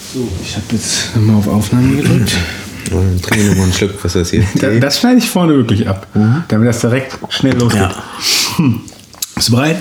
So, ich habe jetzt nochmal auf Aufnahme gedrückt. Trink nochmal einen Schluck, was ist das hier? Das schneide ich vorne wirklich ab, damit das direkt schnell losgeht. Ja. Bist du bereit?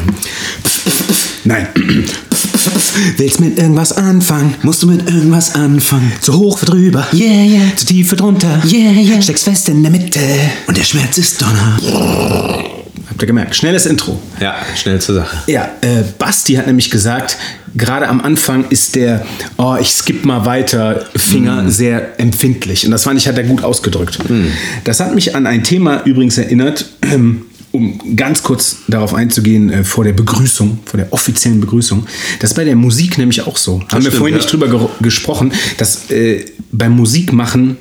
Nein. Willst mit irgendwas anfangen? Musst du mit irgendwas anfangen? Zu hoch für drüber, yeah, yeah. Zu tief für drunter, yeah, yeah. Steckst fest in der Mitte und der Schmerz ist Donner. Habt ihr gemerkt? Schnelles Intro. Ja, schnell zur Sache. Ja, Basti hat nämlich gesagt, gerade am Anfang ist der ich skipp mal weiter Finger sehr empfindlich. Und das fand ich, hat er gut ausgedrückt. Das hat mich an ein Thema übrigens erinnert, um ganz kurz darauf einzugehen, vor der Begrüßung, vor der offiziellen Begrüßung. Das ist bei der Musik nämlich auch so. Haben wir vorhin nicht drüber gesprochen, dass beim Musikmachen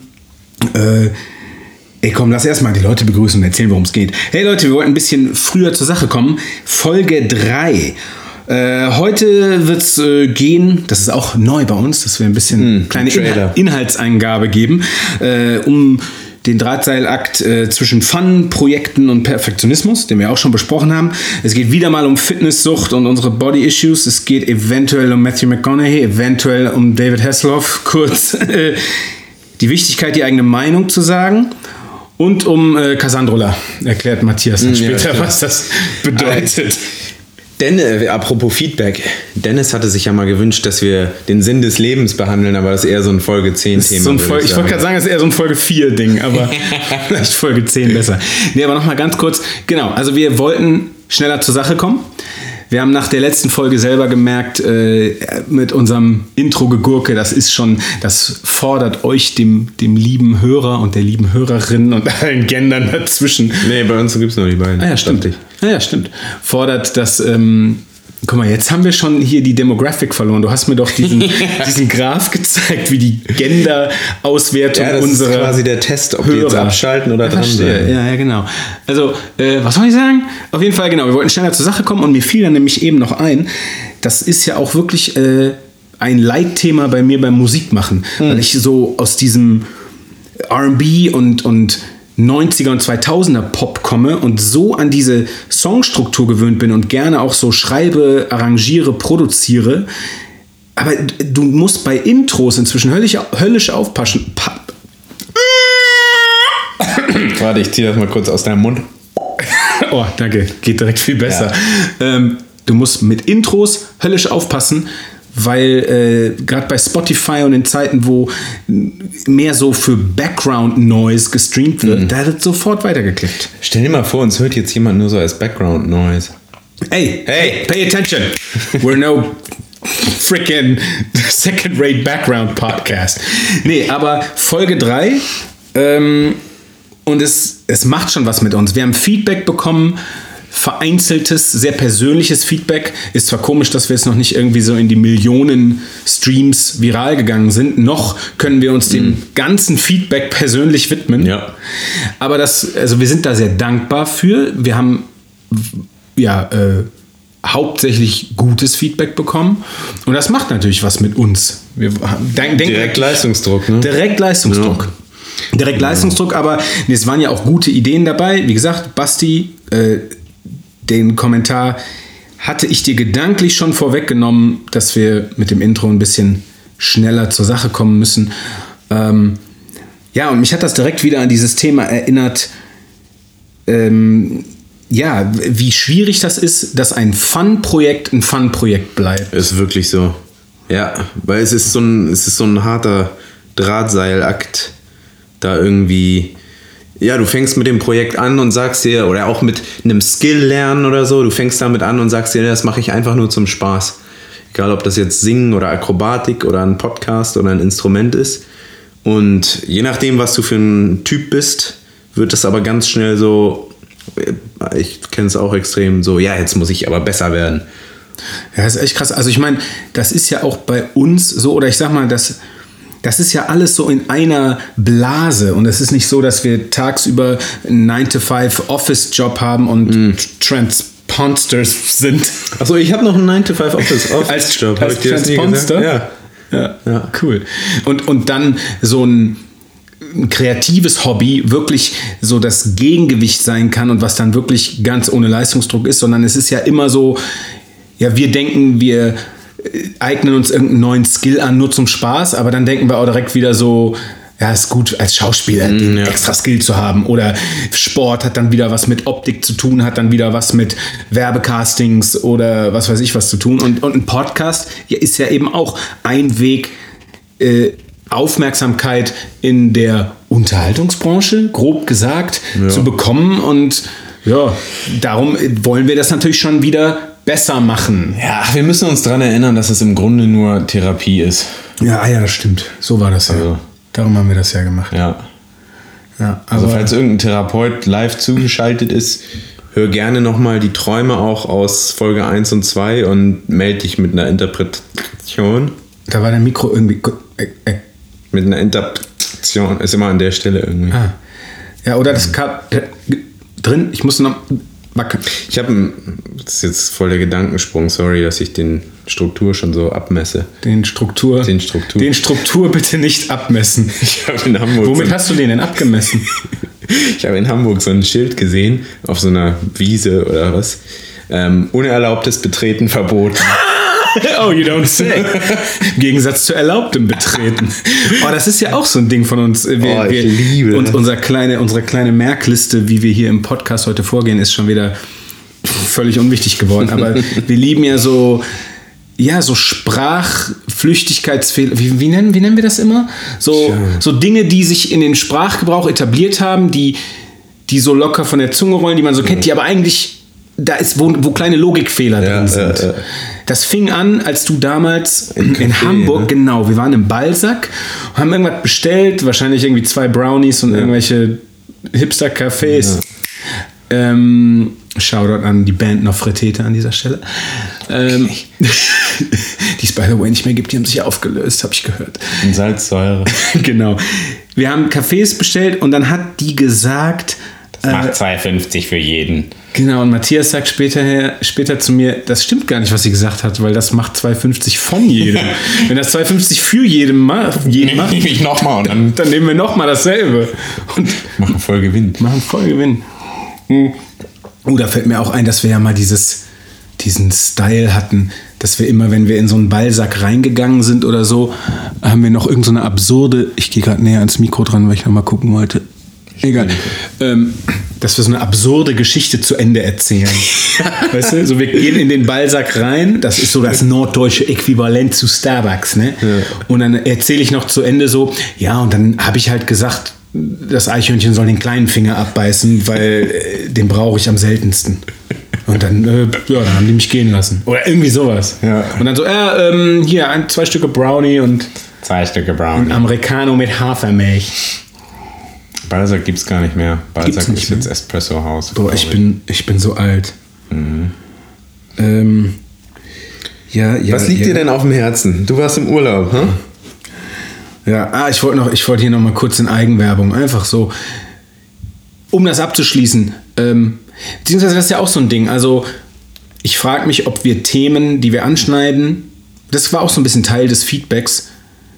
komm, lass erstmal die Leute begrüßen und erzählen, worum es geht. Hey Leute, wir wollten ein bisschen früher zur Sache kommen. Folge 3. Heute wird es gehen, das ist auch neu bei uns, dass wir ein bisschen kleine Inhaltseingabe geben, um den Drahtseilakt zwischen Fun-Projekten und Perfektionismus, den wir auch schon besprochen haben. Es geht wieder mal um Fitnesssucht und unsere Body-Issues. Es geht eventuell um Matthew McConaughey, eventuell um David Hasselhoff. Kurz die Wichtigkeit, die eigene Meinung zu sagen. Und um Cassandrola, erklärt Matthias dann später, was das bedeutet. Apropos Feedback. Dennis hatte sich ja mal gewünscht, dass wir den Sinn des Lebens behandeln, aber das ist eher so ein Folge 10-Thema. Ich wollte gerade sagen, das ist eher so ein Folge 4-Ding, aber vielleicht Folge 10 besser. Nee, aber nochmal ganz kurz. Genau, also wir wollten schneller zur Sache kommen. Wir haben nach der letzten Folge selber gemerkt, mit unserem Intro-Gegurke, das fordert euch, dem lieben Hörer und der lieben Hörerin und allen Gendern dazwischen. Nee, bei uns gibt es nur die beiden. Ah ja, stimmt. Fordert das, guck mal, jetzt haben wir schon hier die Demographic verloren. Du hast mir doch diesen Graph gezeigt, wie die Gender-Auswertung unserer ist quasi der Test, ob Hörer die jetzt abschalten oder dran sind. Ja, genau. Also, was soll ich sagen? Auf jeden Fall, genau, wir wollten schneller zur Sache kommen und mir fiel dann nämlich eben noch ein, das ist ja auch wirklich ein Leitthema bei mir beim Musikmachen, weil ich so aus diesem R&B und 90er und 2000er Pop komme und so an diese Songstruktur gewöhnt bin und gerne auch so schreibe, arrangiere, produziere. Aber du musst bei Intros inzwischen höllisch aufpassen. Warte, ich ziehe das mal kurz aus deinem Mund. Oh, danke. Geht direkt viel besser. Ja. Du musst mit Intros höllisch aufpassen, weil gerade bei Spotify und in Zeiten, wo mehr so für Background-Noise gestreamt wird, da wird sofort weitergeklickt. Stell dir mal vor, uns hört jetzt jemand nur so als Background-Noise. Hey, pay attention. We're no freaking second-rate Background-Podcast. Nee, aber Folge 3 und es macht schon was mit uns. Wir haben Feedback bekommen, vereinzeltes, sehr persönliches Feedback. Ist zwar komisch, dass wir jetzt noch nicht irgendwie so in die Millionen Streams viral gegangen sind, noch können wir uns dem ganzen Feedback persönlich widmen. Ja. Aber wir sind da sehr dankbar für. Wir haben hauptsächlich gutes Feedback bekommen und das macht natürlich was mit uns. Direkt Leistungsdruck, ne? Direkt Leistungsdruck. Ja. Direkt Leistungsdruck, aber es waren ja auch gute Ideen dabei. Wie gesagt, Basti, den Kommentar hatte ich dir gedanklich schon vorweggenommen, dass wir mit dem Intro ein bisschen schneller zur Sache kommen müssen. Und mich hat das direkt wieder an dieses Thema erinnert, wie schwierig das ist, dass ein Fun-Projekt ein Fun-Projekt bleibt. Ist wirklich so. Ja, weil es ist so ein harter Drahtseilakt, da irgendwie. Ja, du fängst mit dem Projekt an und sagst dir, oder auch mit einem Skill lernen oder so, du fängst damit an und sagst dir, das mache ich einfach nur zum Spaß. Egal, ob das jetzt Singen oder Akrobatik oder ein Podcast oder ein Instrument ist. Und je nachdem, was du für ein Typ bist, wird das aber ganz schnell so, ich kenne es auch extrem, so, ja, jetzt muss ich aber besser werden. Ja, das ist echt krass. Also ich meine, das ist ja auch bei uns so, oder ich sag mal, das ist ja alles so in einer Blase und es ist nicht so, dass wir tagsüber einen 9-to-5 Office-Job haben und Transponsters sind. Achso, ich habe noch einen 9-to-5 Office-Job. Als Transponster? Ja, cool. Und dann so ein kreatives Hobby wirklich so das Gegengewicht sein kann und was dann wirklich ganz ohne Leistungsdruck ist, sondern es ist ja immer so, ja, wir denken, wir eignen uns irgendeinen neuen Skill an, nur zum Spaß, aber dann denken wir auch direkt wieder so, ja, ist gut als Schauspieler den extra Skill zu haben. Oder Sport hat dann wieder was mit Optik zu tun, hat dann wieder was mit Werbecastings oder was weiß ich was zu tun. Und ein Podcast ist ja eben auch ein Weg, Aufmerksamkeit in der Unterhaltungsbranche, grob gesagt, zu bekommen. Und ja, darum wollen wir das natürlich schon wieder besser machen. Ja, wir müssen uns daran erinnern, dass es im Grunde nur Therapie ist. Ja, das stimmt. So war das ja. Darum haben wir das ja gemacht. Ja. Also falls irgendein Therapeut live zugeschaltet ist, hör gerne nochmal die Träume auch aus Folge 1 und 2 und melde dich mit einer Interpretation. Da war dein Mikro irgendwie... Mit einer Interpretation, ist immer an der Stelle irgendwie. Ja, oder das drin, ich muss noch... Ich habe, das ist jetzt voll der Gedankensprung, sorry, dass ich den Struktur schon so abmesse. Den Struktur bitte nicht abmessen. Ich habe in Hamburg. Womit hast du den denn abgemessen? Ich habe in Hamburg so ein Schild gesehen, auf so einer Wiese oder was. Unerlaubtes Betreten verboten. Oh, you don't say. Im Gegensatz zu erlaubtem Betreten. Oh, das ist ja auch so ein Ding von uns. Ich liebe und unsere kleine Merkliste, wie wir hier im Podcast heute vorgehen, ist schon wieder völlig unwichtig geworden. Aber wir lieben ja so Sprachflüchtigkeitsfehler. Wie nennen wir das immer? So Dinge, die sich in den Sprachgebrauch etabliert haben, die so locker von der Zunge rollen, die man so kennt, die aber eigentlich da ist, wo kleine Logikfehler drin sind. Das fing an, als du damals in Hamburg, ne? Genau, wir waren im Balzac, haben irgendwas bestellt, wahrscheinlich irgendwie 2 Brownies und irgendwelche Hipster-Cafés. Ja. Shoutout an die Band Nofretete an dieser Stelle. Die es by the way nicht mehr gibt, die haben sich ja aufgelöst, habe ich gehört. In Salzsäure. Genau. Wir haben Cafés bestellt und dann hat die gesagt... Das macht 2,50 für jeden. Genau, und Matthias sagt später zu mir, das stimmt gar nicht, was sie gesagt hat, weil das macht 2,50 von jedem. Wenn das 2,50 für jeden macht, nehme ich nochmal. Dann nehmen wir nochmal dasselbe. Und machen voll Gewinn. Da fällt mir auch ein, dass wir ja mal diesen Style hatten, dass wir immer, wenn wir in so einen Ballsack reingegangen sind oder so, haben wir noch irgend so eine absurde, ich gehe gerade näher ans Mikro dran, weil ich nochmal gucken wollte. Egal. Dass wir so eine absurde Geschichte zu Ende erzählen. Weißt du? So, wir gehen in den Ballsack rein, das ist so das norddeutsche Äquivalent zu Starbucks, ne? Ja. Und dann erzähle ich noch zu Ende so, ja, und dann habe ich halt gesagt, das Eichhörnchen soll den kleinen Finger abbeißen, weil den brauche ich am seltensten. Und dann, dann haben die mich gehen lassen. Oder irgendwie sowas. Ja. Und dann so, hier, 2 Stücke Brownie und 2 Stücke Brownie. Und Americano mit Hafermilch. Balzac gibt's gar nicht mehr. Balzac ist jetzt Espresso-Haus. Boah, ich bin so alt. Mhm. Was liegt dir denn auf dem Herzen? Du warst im Urlaub, hm? Ja, ich wollte hier noch mal kurz in Eigenwerbung. Einfach so, um das abzuschließen. Beziehungsweise das ist ja auch so ein Ding. Also ich frage mich, ob wir Themen, die wir anschneiden, das war auch so ein bisschen Teil des Feedbacks.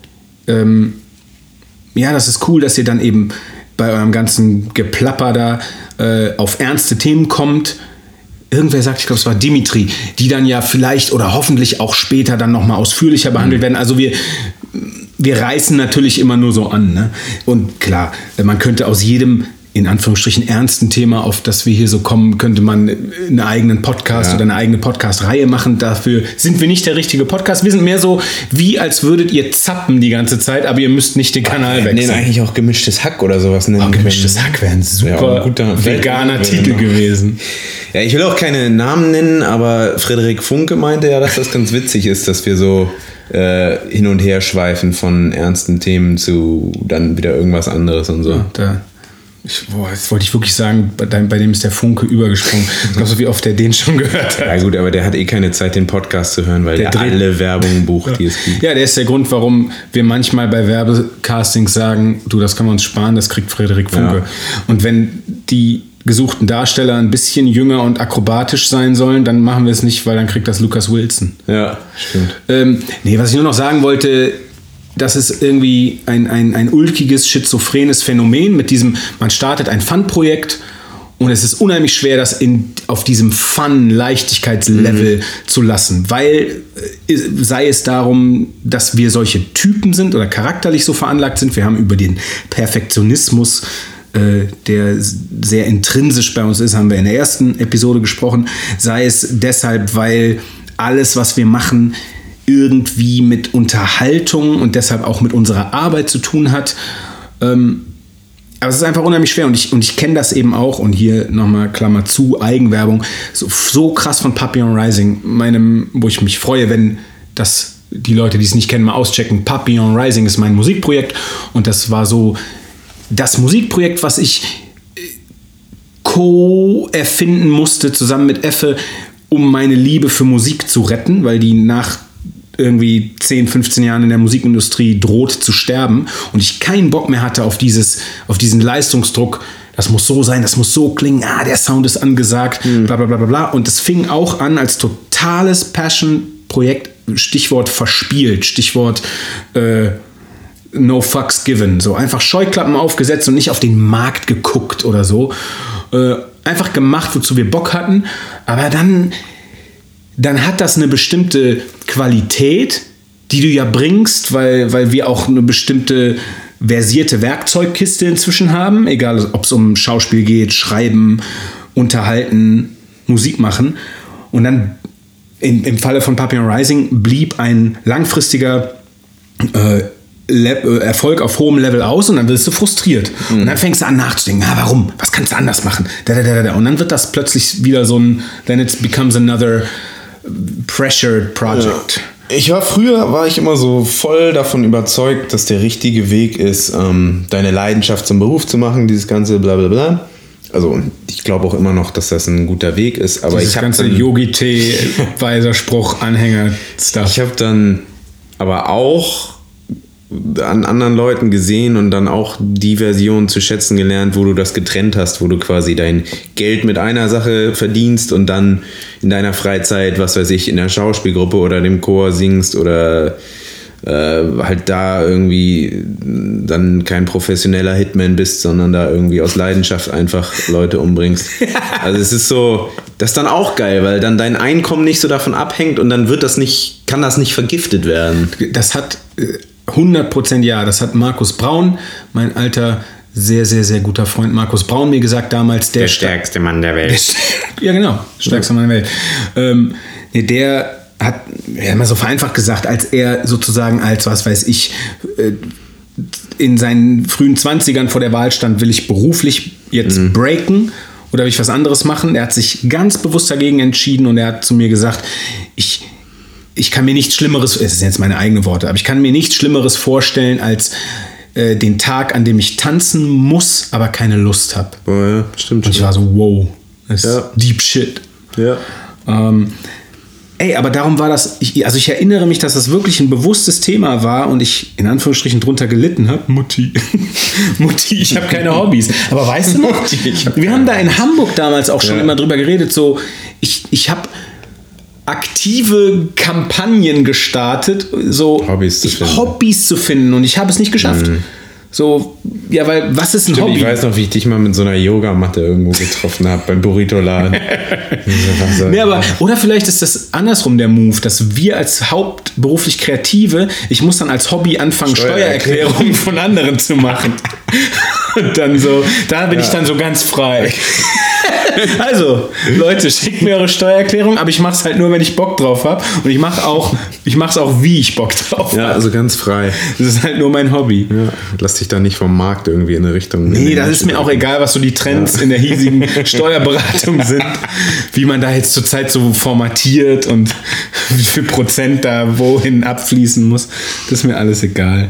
Das ist cool, dass ihr dann eben bei eurem ganzen Geplapper da auf ernste Themen kommt. Irgendwer sagt, ich glaube, es war Dimitri, die dann ja vielleicht oder hoffentlich auch später dann nochmal ausführlicher behandelt werden. Also wir reißen natürlich immer nur so an. Ne? Und klar, man könnte aus jedem, in Anführungsstrichen, ernsten Thema, auf das wir hier so kommen, könnte man einen eigenen Podcast oder eine eigene Podcast-Reihe machen. Dafür sind wir nicht der richtige Podcast. Wir sind mehr so, wie als würdet ihr zappen die ganze Zeit, aber ihr müsst nicht den Kanal wechseln. Wir nennen eigentlich auch gemischtes Hack oder sowas nennen. Gemischtes Hack wäre ein super guter veganer Titel gewesen. Ja, ich will auch keine Namen nennen, aber Frederik Funke meinte ja, dass das ganz witzig ist, dass wir so hin und her schweifen von ernsten Themen zu dann wieder irgendwas anderes und so. Ja, jetzt wollte ich wirklich sagen, bei dem ist der Funke übergesprungen. Glaubst du, wie oft der den schon gehört hat? Ja gut, aber der hat keine Zeit, den Podcast zu hören, weil der alle Werbung bucht, die es gibt. Ja, der ist der Grund, warum wir manchmal bei Werbecastings sagen, du, das kann man uns sparen, das kriegt Frederik Funke. Ja. Und wenn die gesuchten Darsteller ein bisschen jünger und akrobatisch sein sollen, dann machen wir es nicht, weil dann kriegt das Lucas Wilson. Ja, stimmt. Was ich nur noch sagen wollte, das ist irgendwie ein ulkiges, schizophrenes Phänomen mit diesem, man startet ein Fun-Projekt Und es ist unheimlich schwer, das auf diesem Fun-Leichtigkeitslevel zu lassen, weil sei es darum, dass wir solche Typen sind oder charakterlich so veranlagt sind. Wir haben über den Perfektionismus, der sehr intrinsisch bei uns ist, haben wir in der ersten Episode gesprochen. Sei es deshalb, weil alles, was wir machen, irgendwie mit Unterhaltung und deshalb auch mit unserer Arbeit zu tun hat. Aber es ist einfach unheimlich schwer und ich kenne das eben auch und hier nochmal Klammer zu, Eigenwerbung, so krass von Papillon Rising, wo ich mich freue, wenn das die Leute, die es nicht kennen, mal auschecken. Papillon Rising ist mein Musikprojekt und das war so das Musikprojekt, was ich co-erfinden musste zusammen mit Effe, um meine Liebe für Musik zu retten, weil die nach irgendwie 10, 15 Jahren in der Musikindustrie droht zu sterben und ich keinen Bock mehr hatte auf diesen Leistungsdruck. Das muss so sein, das muss so klingen, der Sound ist angesagt, bla bla bla bla. Und das fing auch an als totales Passion-Projekt, Stichwort verspielt, Stichwort no fucks given. So einfach Scheuklappen aufgesetzt und nicht auf den Markt geguckt oder so. Einfach gemacht, wozu wir Bock hatten. Aber dann hat das eine bestimmte Qualität, die du ja bringst, weil wir auch eine bestimmte versierte Werkzeugkiste inzwischen haben, egal ob es um Schauspiel geht, Schreiben, Unterhalten, Musik machen. Und dann im Falle von Papillon Rising blieb ein langfristiger Erfolg auf hohem Level aus und dann wirst du frustriert. Und dann fängst du an nachzudenken, warum? Was kannst du anders machen? Und dann wird das plötzlich wieder then it becomes another pressured project. Ja. Früher war ich immer so voll davon überzeugt, dass der richtige Weg ist, deine Leidenschaft zum Beruf zu machen, dieses ganze bla bla bla. Also ich glaube auch immer noch, dass das ein guter Weg ist. Aber dieses ganze Yogi-Tee, weiser Spruch, Anhänger-Stuff. Ich habe dann aber auch an anderen Leuten gesehen und dann auch die Version zu schätzen gelernt, wo du das getrennt hast, wo du quasi dein Geld mit einer Sache verdienst und dann in deiner Freizeit, was weiß ich, in der Schauspielgruppe oder dem Chor singst oder halt da irgendwie dann kein professioneller Hitman bist, sondern da irgendwie aus Leidenschaft einfach Leute umbringst. Also es ist so, das ist dann auch geil, weil dann dein Einkommen nicht so davon abhängt und dann kann das nicht vergiftet werden. Das hat 100% ja, das hat Markus Braun, mein alter, sehr, sehr, sehr guter Freund Markus Braun, mir gesagt damals, der stärkste Mann der Welt. Ja, genau, stärkster Mann der Welt. Der hat immer so vereinfacht gesagt, als er sozusagen was weiß ich, in seinen frühen 20ern vor der Wahl stand, will ich beruflich jetzt breaken oder will ich was anderes machen? Er hat sich ganz bewusst dagegen entschieden und er hat zu mir gesagt, ich kann mir nichts Schlimmeres, es sind jetzt meine eigenen Worte, aber ich kann mir nichts Schlimmeres vorstellen als den Tag, an dem ich tanzen muss, aber keine Lust habe. Oh ja, stimmt. Und ich war so, wow, das ist deep shit. Ja. Aber darum war das, ich erinnere mich, dass das wirklich ein bewusstes Thema war und ich in Anführungsstrichen drunter gelitten habe. Mutti, ich habe keine Hobbys. Aber weißt du noch, wir haben da in Hamburg damals auch schon immer drüber geredet, so, ich habe aktive Kampagnen gestartet, so Hobbys zu finden und ich habe es nicht geschafft. So, ja, weil, was ist ein Hobby? Ich weiß noch, wie ich dich mal mit so einer Yogamatte irgendwo getroffen habe, beim Burrito-Laden. Nee, oder vielleicht ist das andersrum der Move, dass wir als hauptberuflich Kreative, ich muss dann als Hobby anfangen, Steuererklärungen von anderen zu machen. Und dann so, da bin ich dann so ganz frei. Also, Leute, schickt mir eure Steuererklärung, aber ich mache es halt nur, wenn ich Bock drauf habe. Und ich mache es auch, wie ich Bock drauf habe. Ja, also ganz frei. Das ist halt nur mein Hobby. Ja, lass dich da nicht vom Markt irgendwie in eine Richtung... Nee, das ist mir auch egal, was so die Trends in der hiesigen Steuerberatung sind. Wie man da jetzt zurzeit so formatiert und wie viel Prozent da wohin abfließen muss. Das ist mir alles egal.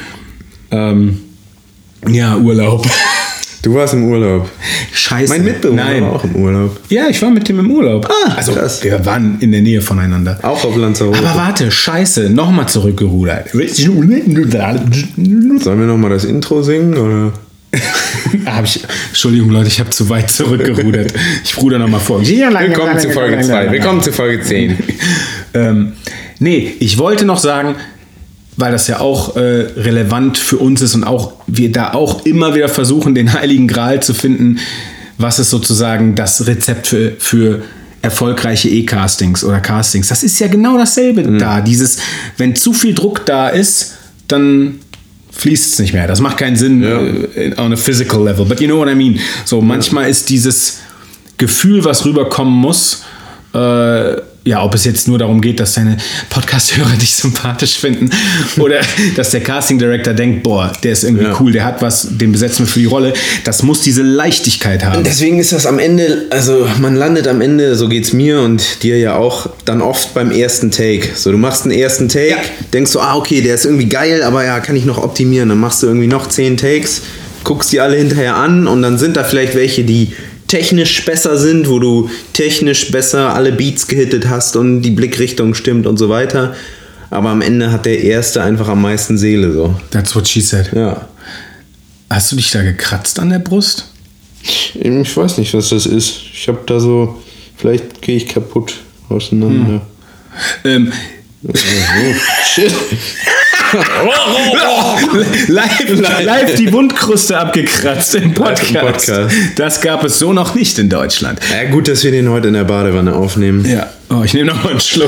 Ja, Urlaub. Du warst im Urlaub. Scheiße. Mein Mitbewohner war auch im Urlaub. Ja, ich war mit dem im Urlaub. Also krass. Wir waren in der Nähe voneinander. Auch auf Lanzarote. Aber warte, scheiße, nochmal zurückgerudert. Sollen wir nochmal das Intro singen, oder? Entschuldigung, Leute, ich habe zu weit zurückgerudert. Ich ruder nochmal vor. Willkommen zu Folge 2. Willkommen zu Folge 10. Nee, ich wollte noch sagen, weil das ja auch relevant für uns ist und auch wir da auch immer wieder versuchen, den Heiligen Gral zu finden. was ist sozusagen das Rezept für erfolgreiche E-Castings oder Castings. Das ist ja genau dasselbe da. Wenn zu viel Druck da ist, dann fließt es nicht mehr. Das macht keinen Sinn on a physical level. But you know what I mean. So, manchmal ist dieses Gefühl, was rüberkommen muss, ob es jetzt nur darum geht, dass deine Podcast-Hörer dich sympathisch finden oder dass der Casting Director denkt, boah, der ist irgendwie cool, der hat was, den besetzen wir für die Rolle. Das muss diese Leichtigkeit haben. Deswegen ist das am Ende, also man landet am Ende, so geht's mir und dir ja auch, dann oft beim ersten Take. So, du machst einen ersten Take, denkst so, okay, der ist irgendwie geil, aber ja, kann ich noch optimieren. Dann machst du irgendwie noch 10 Takes, guckst die alle hinterher an und dann sind da vielleicht welche, die technisch besser sind, wo du technisch besser alle Beats gehittet hast und die Blickrichtung stimmt und so weiter. Aber am Ende hat der erste einfach am meisten Seele. So. That's what she said. Ja. Hast du dich da gekratzt an der Brust? Ich weiß nicht, was das ist. Ich habe da so, vielleicht gehe ich kaputt auseinander. Shit. live die Wundkruste abgekratzt im Podcast. Das gab es so noch nicht in Deutschland. Ja, gut, dass wir den heute in der Badewanne aufnehmen. Ja. Oh, ich nehme noch mal einen Schluck.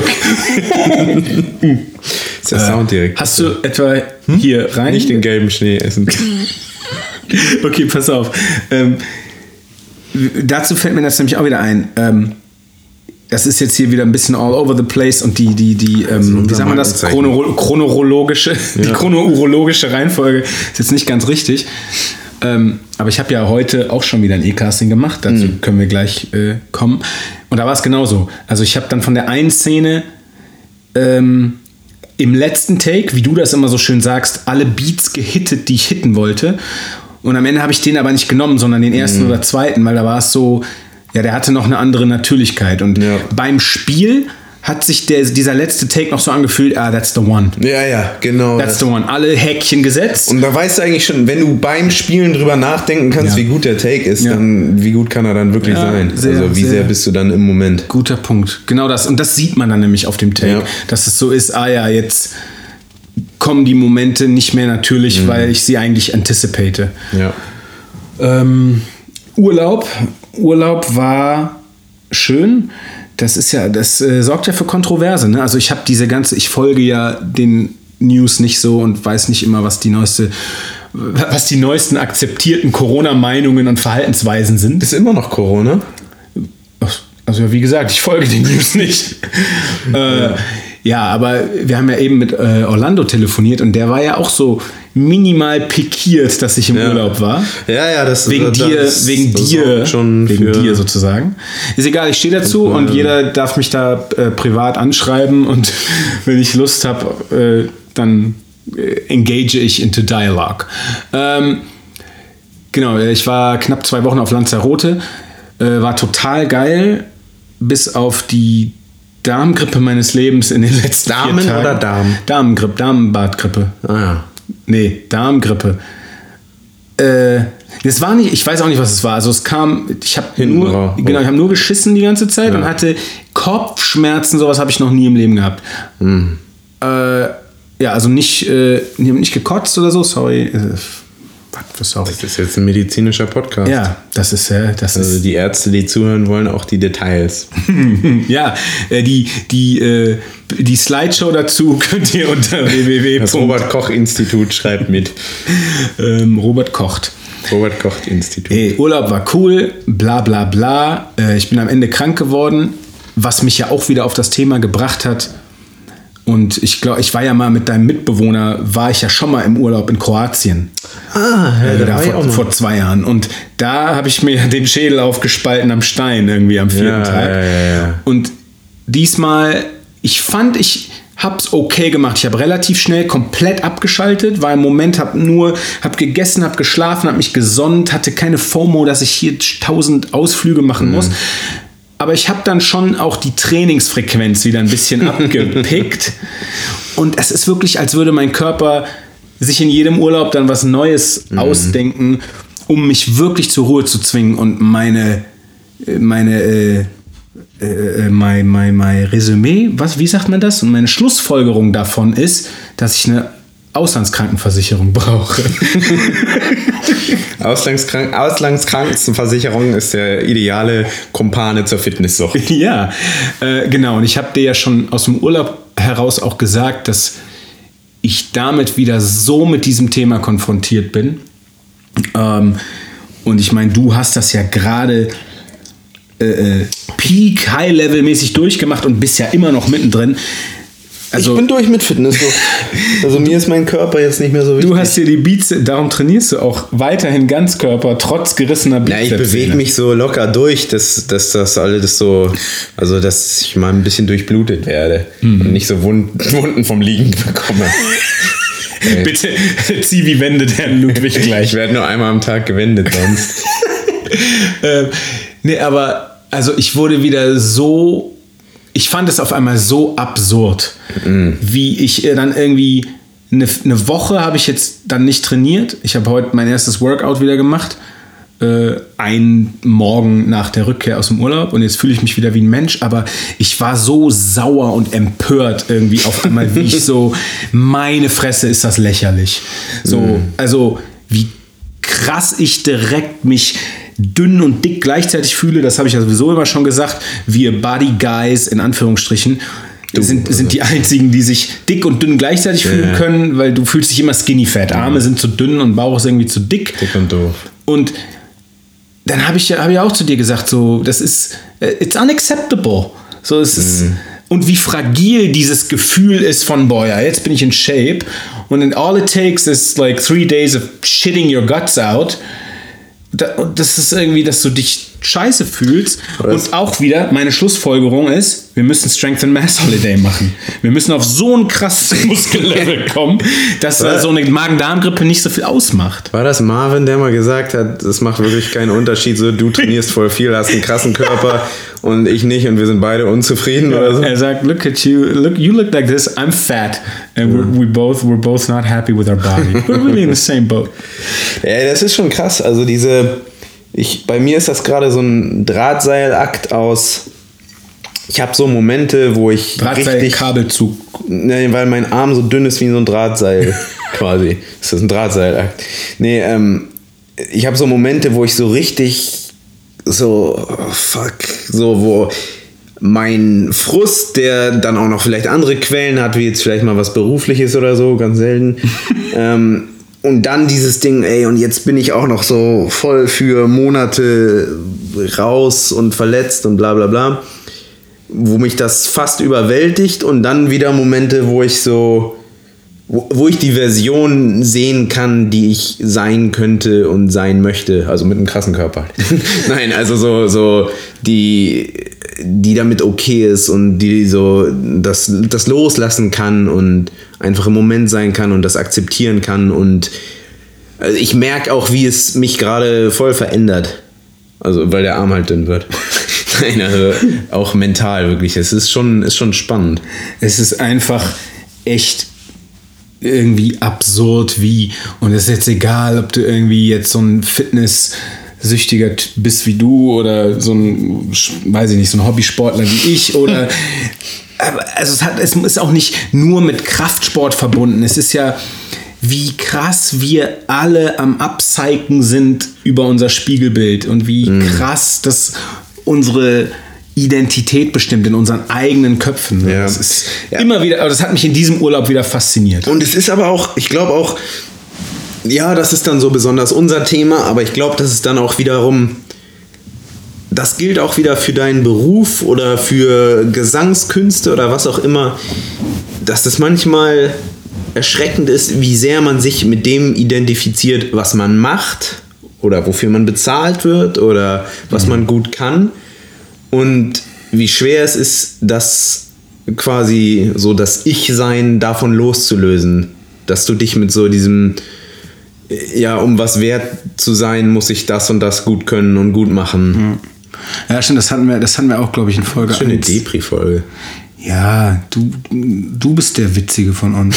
Ist der Sound direkt. Hast du etwa hier rein? Nicht den gelben Schnee essen. Okay, pass auf. Dazu fällt mir das nämlich auch wieder ein. Das ist jetzt hier wieder ein bisschen all over the place und die wie sagt man das, chronologische Reihenfolge ist jetzt nicht ganz richtig. Aber ich habe ja heute auch schon wieder ein E-Casting gemacht, dazu können wir gleich kommen. Und da war es genauso. Also ich habe dann von der einen Szene im letzten Take, wie du das immer so schön sagst, alle Beats gehittet, die ich hitten wollte. Und am Ende habe ich den aber nicht genommen, sondern den ersten oder zweiten, weil da war es so, ja, der hatte noch eine andere Natürlichkeit. Und beim Spiel hat sich dieser letzte Take noch so angefühlt, that's the one. Ja, genau. That's the one. Alle Häkchen gesetzt. Und da weißt du eigentlich schon, wenn du beim Spielen drüber nachdenken kannst, wie gut der Take ist, dann wie gut kann er dann wirklich sein. Wie sehr bist du dann im Moment. Guter Punkt. Genau das. Und das sieht man dann nämlich auf dem Take. Ja. Dass es so ist, jetzt kommen die Momente nicht mehr natürlich, weil ich sie eigentlich anticipate. Ja. Urlaub war schön. Das sorgt ja für Kontroverse. Ne? Also ich folge ja den News nicht so und weiß nicht immer, was die neuesten akzeptierten Corona-Meinungen und Verhaltensweisen sind. Ist immer noch Corona? Also wie gesagt, ich folge den News nicht. Aber wir haben ja eben mit Orlando telefoniert und der war ja auch so minimal pikiert, dass ich im Urlaub war. Ja, das wegen dir sozusagen. Ist egal, ich stehe dazu und jeder darf mich da privat anschreiben und wenn ich Lust habe, dann engage ich into Dialogue. Genau, ich war knapp 2 Wochen auf Lanzarote, war total geil, bis auf die Darmgrippe meines Lebens in den letzten 4 Tagen. Damen oder Darm? Darmgrippe, Darmbadgrippe. Ah ja. Nee, Darmgrippe. Das war nicht, ich weiß auch nicht, was es war. Also es kam, ich habe nur geschissen die ganze Zeit und hatte Kopfschmerzen, sowas habe ich noch nie im Leben gehabt. Also nicht gekotzt oder so, sorry. Sorry. Das ist jetzt ein medizinischer Podcast. Ja, das ist. Die Ärzte, die zuhören, wollen auch die Details. Ja, die Slideshow dazu könnt ihr unter www. Das Robert-Koch-Institut schreibt mit. Robert Kocht. Robert-Koch-Institut. Urlaub war cool, bla bla bla. Ich bin am Ende krank geworden, was mich ja auch wieder auf das Thema gebracht hat. Und ich glaube, ich war ja mal mit deinem Mitbewohner, war ich ja schon mal im Urlaub in Kroatien. Vor 2 Jahren. Und da habe ich mir den Schädel aufgespalten am Stein irgendwie am 4. Tag. Ja. Und diesmal, ich hab's okay gemacht. Ich habe relativ schnell komplett abgeschaltet, war im Moment, hab gegessen, hab geschlafen, hab mich gesonnt, hatte keine FOMO, dass ich hier 1000 Ausflüge machen muss. Aber ich habe dann schon auch die Trainingsfrequenz wieder ein bisschen abgepickt. Und es ist wirklich, als würde mein Körper sich in jedem Urlaub dann was Neues ausdenken, um mich wirklich zur Ruhe zu zwingen und mein Resümee, wie sagt man das? Und meine Schlussfolgerung davon ist, dass ich eine Auslandskrankenversicherung brauche. Auslandskrankenversicherung ist der ideale Kumpane zur Fitnesssucht. Ja, genau. Und ich habe dir ja schon aus dem Urlaub heraus auch gesagt, dass ich damit wieder so mit diesem Thema konfrontiert bin. Und ich meine, du hast das ja gerade Peak, High-Level-mäßig durchgemacht und bist ja immer noch mittendrin. Also, ich bin durch mit Fitnesssucht. Also mir ist mein Körper jetzt nicht mehr so wichtig. Du hast hier die Bizeps, darum trainierst du auch weiterhin Ganzkörper, trotz gerissener Bizeps. Ja, ich bewege mich so locker durch, dass das alles so, also dass ich mal ein bisschen durchblutet werde und nicht so Wunden vom Liegen bekomme. Bitte zieh wie wendet Herrn Ludwig gleich. Ich werde nur einmal am Tag gewendet sonst. Nee, aber also ich wurde wieder so... Ich fand es auf einmal so absurd, wie ich dann irgendwie eine Woche habe ich jetzt dann nicht trainiert. Ich habe heute mein erstes Workout wieder gemacht, einen Morgen nach der Rückkehr aus dem Urlaub und jetzt fühle ich mich wieder wie ein Mensch, aber ich war so sauer und empört irgendwie auf einmal, wie ich so, meine Fresse ist das lächerlich. So, also wie krass ich direkt mich dünn und dick gleichzeitig fühle, das habe ich ja sowieso immer schon gesagt, wir Body Guys in Anführungsstrichen sind die einzigen, die sich dick und dünn gleichzeitig fühlen können, weil du fühlst dich immer skinny fat. Arme sind zu dünn und Bauch ist irgendwie zu dick. Dick und doof. Und dann habe ich ja auch zu dir gesagt, so, das ist, it's unacceptable. So, es ist, und wie fragil dieses Gefühl ist von, boah, ja, jetzt bin ich in Shape und then all it takes is like 3 days of shitting your guts out. Das ist irgendwie, dass du dich scheiße fühlst. Und auch wieder, meine Schlussfolgerung ist, wir müssen Strength and Mass Holiday machen. Wir müssen auf so ein krasses Muskellevel kommen, dass so eine Magen-Darm-Grippe nicht so viel ausmacht. War das Marvin, der mal gesagt hat, es macht wirklich keinen Unterschied, so du trainierst voll viel, hast einen krassen Körper und ich nicht und wir sind beide unzufrieden oder so? Er sagt, look at you, you look like this, I'm fat and we're both not happy with our body. We're really in the same boat. Ja, das ist schon krass, also bei mir ist das gerade so ein Drahtseilakt aus. Ich habe so Momente, wo ich Drahtseil-Kabelzug. Ne, weil mein Arm so dünn ist wie so ein Drahtseil quasi. Ist das ein Drahtseilakt? Nee, ich habe so Momente, wo ich so richtig wo mein Frust, der dann auch noch vielleicht andere Quellen hat, wie jetzt vielleicht mal was Berufliches oder so, ganz selten. Und dann dieses Ding, ey, und jetzt bin ich auch noch so voll für Monate raus und verletzt und bla bla bla, wo mich das fast überwältigt und dann wieder Momente, wo ich die Version sehen kann, die ich sein könnte und sein möchte, also mit einem krassen Körper. Nein, also so die damit okay ist und die so das loslassen kann und einfach im Moment sein kann und das akzeptieren kann und ich merke auch, wie es mich gerade voll verändert. Also, weil der Arm halt dünn wird. Nein, also auch mental wirklich. Es ist schon spannend. Es ist einfach echt irgendwie absurd und es ist jetzt egal, ob du irgendwie jetzt so ein Fitnesssüchtiger bist wie du oder so ein, weiß ich nicht, so ein Hobbysportler wie ich oder also es ist auch nicht nur mit Kraftsport verbunden. Es ist ja, wie krass wir alle am Upcyclen sind über unser Spiegelbild und wie krass das unsere Identität bestimmt in unseren eigenen Köpfen. Ja. Das ist immer wieder, aber das hat mich in diesem Urlaub wieder fasziniert. Und es ist aber auch, ich glaube auch, ja, das ist dann so besonders unser Thema, aber ich glaube, das ist dann auch wiederum, das gilt auch wieder für deinen Beruf oder für Gesangskünste oder was auch immer, dass das manchmal erschreckend ist, wie sehr man sich mit dem identifiziert, was man macht oder wofür man bezahlt wird oder was man gut kann und wie schwer es ist, das quasi so das Ich-Sein davon loszulösen, dass du dich mit so diesem, ja, um was wert zu sein, muss ich das und das gut können und gut machen. Ja, stimmt, das hatten wir auch, glaube ich, in Folge 1. Schöne Depri-Folge. Ja, du bist der Witzige von uns.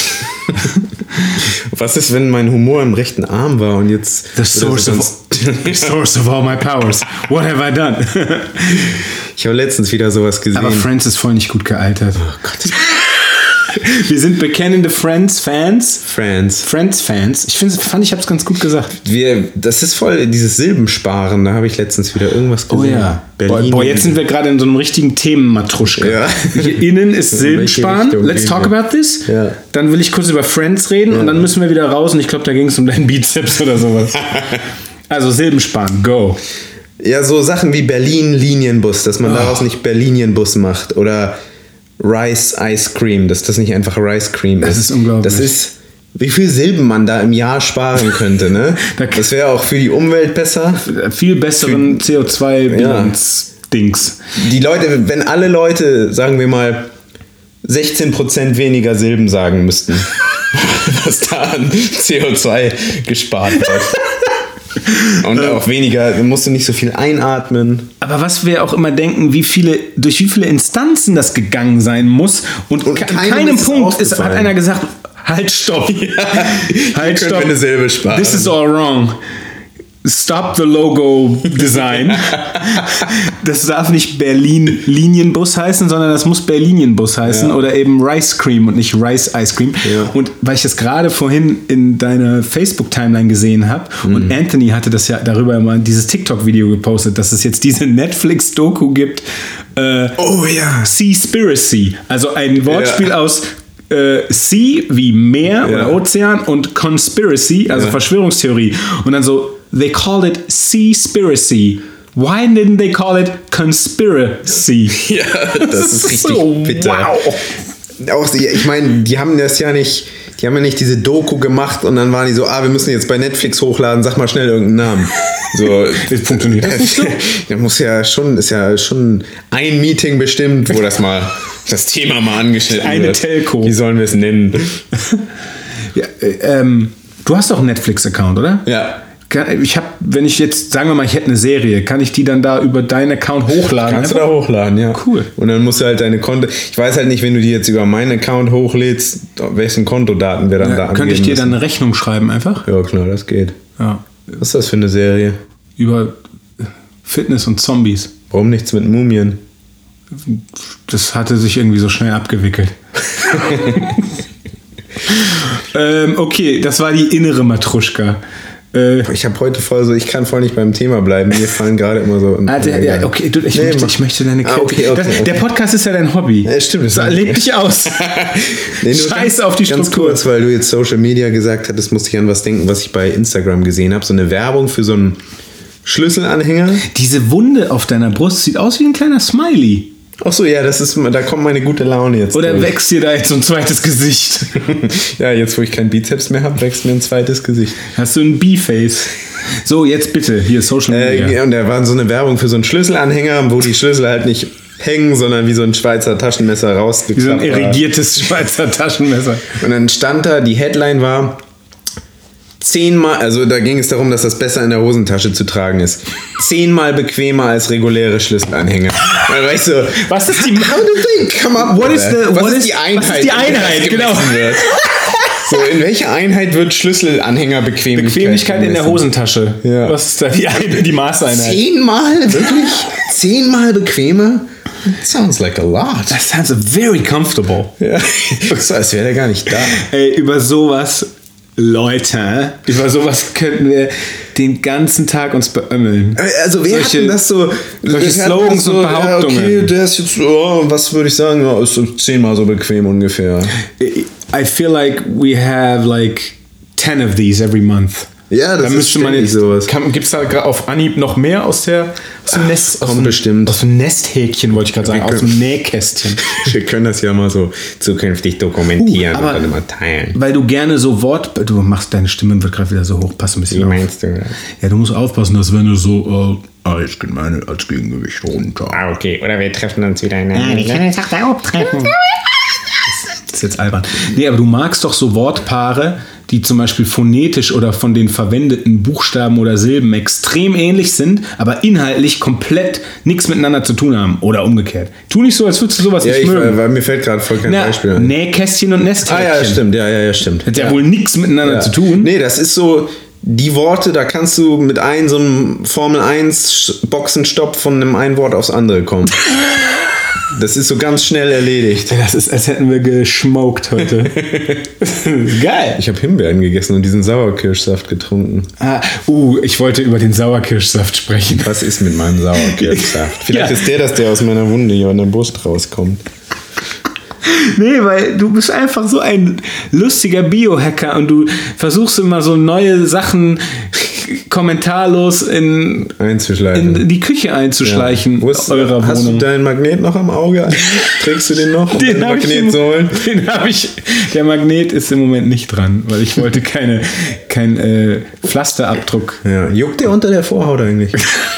Was ist, wenn mein Humor im rechten Arm war und jetzt... The source of all my powers. What have I done? Ich habe letztens wieder sowas gesehen. Aber Friends ist voll nicht gut gealtert. Oh Gott. Wir sind bekennende Friends-Fans. Friends-Fans. Ich habe es ganz gut gesagt. Das ist voll dieses Silbensparen. Da habe ich letztens wieder irgendwas gesehen. Oh ja. Berlin. Boah, jetzt sind wir gerade in so einem richtigen Themenmatruschka. Ja. Hier innen ist Silbensparen. Let's talk about this. Ja. Dann will ich kurz über Friends reden und dann müssen wir wieder raus und ich glaube, da ging es um deinen Bizeps oder sowas. Also Silbensparen, go. Ja, so Sachen wie Berlin-Linienbus, dass man daraus nicht Berlinienbus macht. Oder Rice Ice Cream, dass das nicht einfach Rice Cream ist. Das ist unglaublich. Das ist, wie viel Silben man da im Jahr sparen könnte, ne? Das wäre auch für die Umwelt besser. Viel besseren CO2-Bilanz-Dings. Die Leute, wenn alle Leute, sagen wir mal, 16% weniger Silben sagen müssten, was da an CO2 gespart wird. Und auch weniger, dann musst du nicht so viel einatmen. Aber was wir auch immer denken, durch wie viele Instanzen das gegangen sein muss. Und an keinem Punkt hat einer gesagt, halt, stopp. Halt, stopp. Wir eine Silbe sparen. This is all wrong. Stop the Logo Design. Das darf nicht Berlin-Linienbus heißen, sondern das muss Berlinienbus heißen oder eben Rice Cream und nicht Rice Ice Cream. Ja. Und weil ich das gerade vorhin in deiner Facebook-Timeline gesehen habe und Anthony hatte das ja darüber mal dieses TikTok-Video gepostet, dass es jetzt diese Netflix-Doku gibt. Seaspiracy. Also ein Wortspiel aus Sea wie Meer oder Ozean und Conspiracy, also Verschwörungstheorie. Und dann so, they called it Seaspiracy. Why didn't they call it Conspiracy? Ja, das ist richtig so bitter. Wow. Auch, ich meine, die haben ja nicht diese Doku gemacht und dann waren die so, wir müssen jetzt bei Netflix hochladen, sag mal schnell irgendeinen Namen. So, das funktioniert das nicht so? Ist ja schon ein Meeting bestimmt, wo das Thema mal angeschnitten wird. Eine Telco. Wie sollen wir es nennen? Ja, du hast doch einen Netflix-Account, oder? Ja. Wenn ich jetzt, sagen wir mal, ich hätte eine Serie, kann ich die dann da über deinen Account hochladen? Kannst du da hochladen, ja. Cool. Und dann musst du halt deine Konto... Ich weiß halt nicht, wenn du die jetzt über meinen Account hochlädst, welchen Kontodaten wir dann da angeben könnte ich dir dann eine Rechnung schreiben einfach? Ja, klar, das geht. Ja. Was ist das für eine Serie? Über Fitness und Zombies. Warum nichts mit Mumien? Das hatte sich irgendwie so schnell abgewickelt. Okay, das war die innere Matruschka. Ich habe heute ich kann voll nicht beim Thema bleiben. Mir fallen gerade immer so... Okay, ich möchte deine... Okay. Der Podcast ist ja dein Hobby. Ja, stimmt. Leg dich aus. Scheiß auf die Struktur. Ganz kurz, weil du jetzt Social Media gesagt hattest, musste ich an was denken, was ich bei Instagram gesehen habe. So eine Werbung für so einen Schlüsselanhänger. Diese Wunde auf deiner Brust sieht aus wie ein kleiner Smiley. Ach so, ja, da kommt meine gute Laune jetzt. Oder durch. Wächst dir da jetzt so ein zweites Gesicht? Ja, jetzt wo ich keinen Bizeps mehr habe, wächst mir ein zweites Gesicht. Hast du ein B-Face? So, jetzt bitte, hier Social Media. Und da war so eine Werbung für so einen Schlüsselanhänger, wo die Schlüssel halt nicht hängen, sondern wie so ein Schweizer Taschenmesser rausgeklappt. Wie so ein irrigiertes Schweizer Taschenmesser. Und dann stand da, die Headline war... 10-mal, also da ging es darum, dass das besser in der Hosentasche zu tragen ist. 10-mal bequemer als reguläre Schlüsselanhänger. Weißt du, was ist die was ist die Einheit? Genau. Wird? So, in welcher Einheit wird Schlüsselanhänger Bequemlichkeit? Bequemlichkeit in der Hosentasche. Ja. Was ist da die Maßeinheit? 10-mal? Wirklich? 10-mal bequemer? Sounds like a lot. That sounds very comfortable. Ja. So, als wäre der gar nicht da. Ey, über sowas könnten wir den ganzen Tag uns beömmeln. Also wer hat denn das so... Solche Slogans und Behauptungen. Ja, okay, der ist jetzt... was würde ich sagen? Ja, ist so 10-mal so bequem ungefähr. I feel like we have like 10 of these every month. Ja, das ist ständig sowas. Gibt es da auf Anhieb noch mehr aus dem Nest? Bestimmt. Aus dem Nesthäkchen, wollte ich gerade sagen, aus dem Nähkästchen. Wir können das ja mal so zukünftig dokumentieren und dann immer teilen. Weil du gerne so deine Stimme wird gerade wieder so hoch, pass ein bisschen auf. Wie meinst du das? Ja, du musst aufpassen, dass wenn du so, ich bin meine als Gegengewicht runter. Okay, oder wir treffen uns wieder in der... Nein, ich kann uns auch da oben treffen. Das ist jetzt albern. Nee, aber du magst doch so Wortpaare, die zum Beispiel phonetisch oder von den verwendeten Buchstaben oder Silben extrem ähnlich sind, aber inhaltlich komplett nichts miteinander zu tun haben. Oder umgekehrt. Tu nicht so, als würdest du sowas nicht mögen. Weil mir fällt gerade voll kein Beispiel ein. Nähkästchen und Nesthäkchen. Ja, stimmt. Ja, stimmt. Hat ja wohl nichts miteinander zu tun. Nee, das ist so... Die Worte, da kannst du mit so einem Formel 1 Boxenstopp von einem einen Wort aufs andere kommen. Das ist so ganz schnell erledigt. Das ist, als hätten wir geschmoked heute. Geil. Ich habe Himbeeren gegessen und diesen Sauerkirschsaft getrunken. Ich wollte über den Sauerkirschsaft sprechen. Was ist mit meinem Sauerkirschsaft? Vielleicht ist der aus meiner Wunde hier an der Brust rauskommt. Nee, weil du bist einfach so ein lustiger Biohacker und du versuchst immer so neue Sachen kommentarlos in die Küche einzuschleichen. Ja. Eurer hast Wohnung. Du deinen Magnet noch am Auge? Trägst du den noch, um den Magnet zu holen? Den habe ich. Der Magnet ist im Moment nicht dran, weil ich wollte keinen Pflasterabdruck. Ja. Juckt der unter der Vorhaut eigentlich?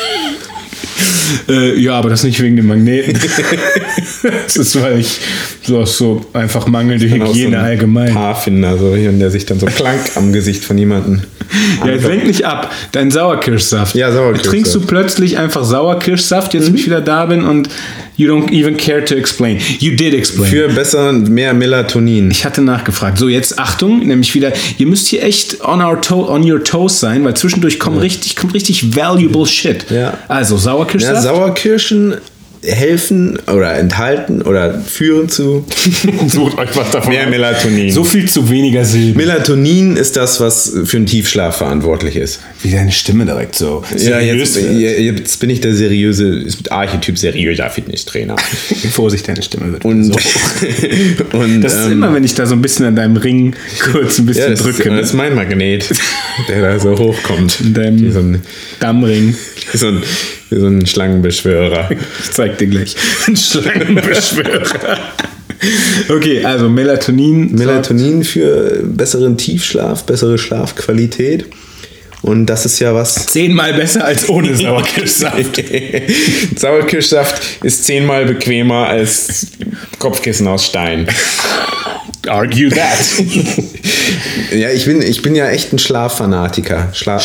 Ja, aber das nicht wegen dem Magneten. Das ist, weil ich so einfach mangelnde Hygiene so allgemein. Haarfinder, so hier, und der sich dann so klank am Gesicht von jemandem. Ja, jetzt lenk nicht ab. Dein Sauerkirschsaft. Ja, Sauerkirschsaft. Trinkst du plötzlich einfach Sauerkirschsaft, jetzt wo ich wieder da bin und you don't even care to explain. You did explain. Für besser mehr Melatonin. Ich hatte nachgefragt. So, jetzt Achtung, nämlich wieder, ihr müsst hier echt on your toes sein, weil zwischendurch kommt richtig valuable shit. Ja. Also, Sauerkirschsaft. Ja, Sauerkirschen helfen oder enthalten oder führen zu sucht euch was davon mehr Melatonin. So viel zu weniger Silben. Melatonin ist das, was für einen Tiefschlaf verantwortlich ist. Wie deine Stimme direkt so ja, jetzt bin ich der Archetyp seriöser Fitnesstrainer. Vorsicht, deine Stimme wird und, so. Und das ist immer, wenn ich da so ein bisschen an deinem Ring kurz ein bisschen drücke. Das ist mein Magnet, der da so hochkommt. In deinem so ein Dammring. So ein Schlangenbeschwörer. Ich zeig dir gleich. Ein Schlangenbeschwörer. Okay, also Melatonin. Melatonin für besseren Tiefschlaf, bessere Schlafqualität. Und das ist ja was... 10-mal besser als ohne Sauerkirschsaft. Sauerkirschsaft ist 10-mal bequemer als Kopfkissen aus Stein. Argue that. Ja, ich bin ja echt ein Schlaffanatiker. Ein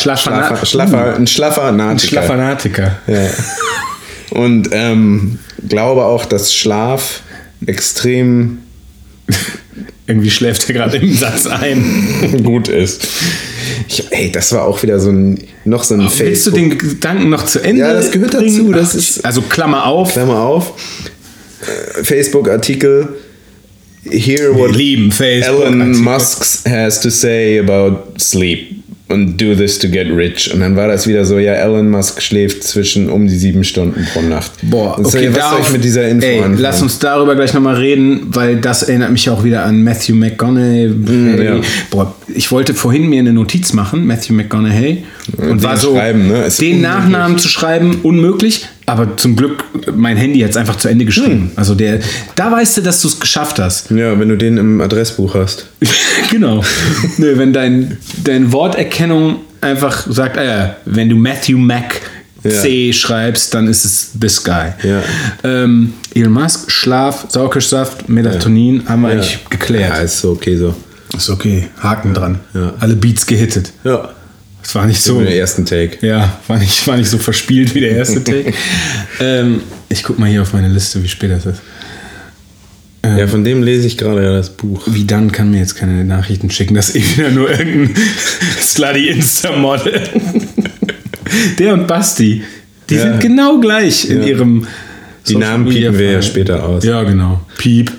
Schlaffanatiker. Ja. Und glaube auch, dass Schlaf extrem... Irgendwie schläft er gerade im Satz ein. Gut ist. Das war auch wieder so ein Facebook. Willst du den Gedanken noch zu Ende? Ja, das gehört dazu. Das ist, also Klammer auf. Facebook-Artikel. Hear what Elon Musk has to say about sleep and do this to get rich. Und dann war das wieder so, ja, Elon Musk schläft um die 7 Stunden pro Nacht. Boah, okay, was soll ich mit dieser Info anfangen? Lass uns darüber gleich nochmal reden, weil das erinnert mich auch wieder an Matthew McConaughey. Ja. Boah, ich wollte vorhin mir eine Notiz machen, Matthew McConaughey, und war so, den Nachnamen zu schreiben, unmöglich. Aber zum Glück, mein Handy hat es einfach zu Ende geschrieben. Also da weißt du, dass du es geschafft hast. Ja, wenn du den im Adressbuch hast. Genau. Nö, wenn dein Worterkennung einfach sagt, wenn du Matthew Mac C schreibst, dann ist es this guy. Ja. Elon Musk, Schlaf, Sauerkirschsaft, Melatonin, haben wir eigentlich geklärt. Ja, ist okay so. Ist okay, Haken dran. Ja. Alle Beats gehittet. Ja. Das war nicht so. Der ersten Take. Ja, war nicht so verspielt wie der erste Take. Ich guck mal hier auf meine Liste, wie spät das ist. Ja, von dem lese ich gerade das Buch. Wie dann kann mir jetzt keine Nachrichten schicken, dass wieder nur irgendein slutty Insta-Model. Der und Basti, die sind genau gleich in ihrem. Die Namen piepen wir ja später aus. Ja, genau. Piep.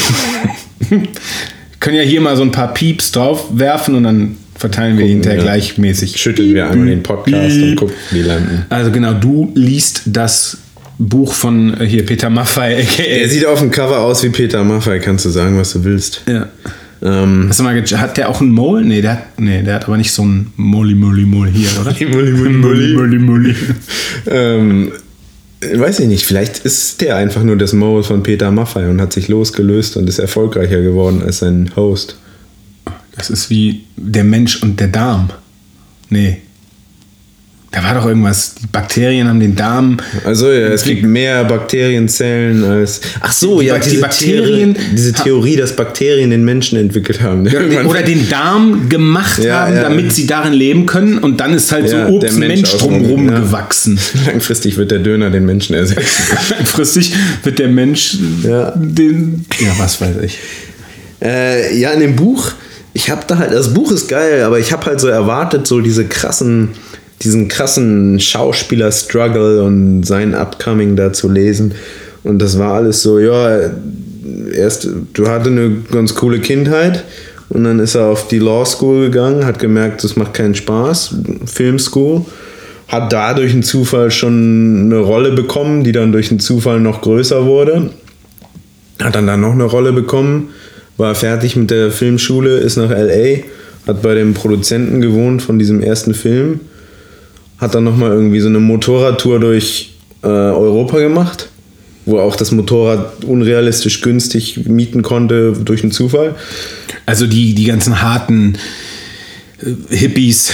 Können ja hier mal so ein paar Pieps drauf werfen und dann verteilen wir ihn gleichmäßig. Schütteln wir einmal den Podcast und gucken, wie landen. Also genau, du liest das Buch von hier Peter Maffay. Er sieht auf dem Cover aus wie Peter Maffay, kannst du sagen, was du willst. Ja. Hat der auch einen Mole? Nee, der hat aber nicht so einen Molly hier, oder? Molly. Weiß ich nicht, vielleicht ist der einfach nur das Mole von Peter Maffay und hat sich losgelöst und ist erfolgreicher geworden als sein Host. Das ist wie der Mensch und der Darm. Nee. Da war doch irgendwas. Die Bakterien haben den Darm. Also ja, es gibt mehr Bakterienzellen als. Ach so, die Bakterien. Diese Theorie, dass Bakterien den Menschen entwickelt haben. Oder den Darm gemacht haben, damit sie darin leben können. Und dann ist halt so ein Mensch drumherum gewachsen. Langfristig wird der Döner den Menschen ersetzen. Langfristig wird der Mensch den. Ja, was weiß ich. In dem Buch. Ich habe da halt, das Buch ist geil, aber ich habe halt so erwartet, so diesen krassen Schauspieler-Struggle und sein Upcoming da zu lesen. Und das war alles so, ja, du hatte eine ganz coole Kindheit und dann ist er auf die Law School gegangen, hat gemerkt, das macht keinen Spaß, Film School, hat da durch einen Zufall schon eine Rolle bekommen, die dann durch einen Zufall noch größer wurde, hat dann noch eine Rolle bekommen, war fertig mit der Filmschule, ist nach L.A., hat bei dem Produzenten gewohnt von diesem ersten Film, hat dann nochmal irgendwie so eine Motorradtour durch Europa gemacht, wo er auch das Motorrad unrealistisch günstig mieten konnte durch einen Zufall. Also die ganzen harten Hippies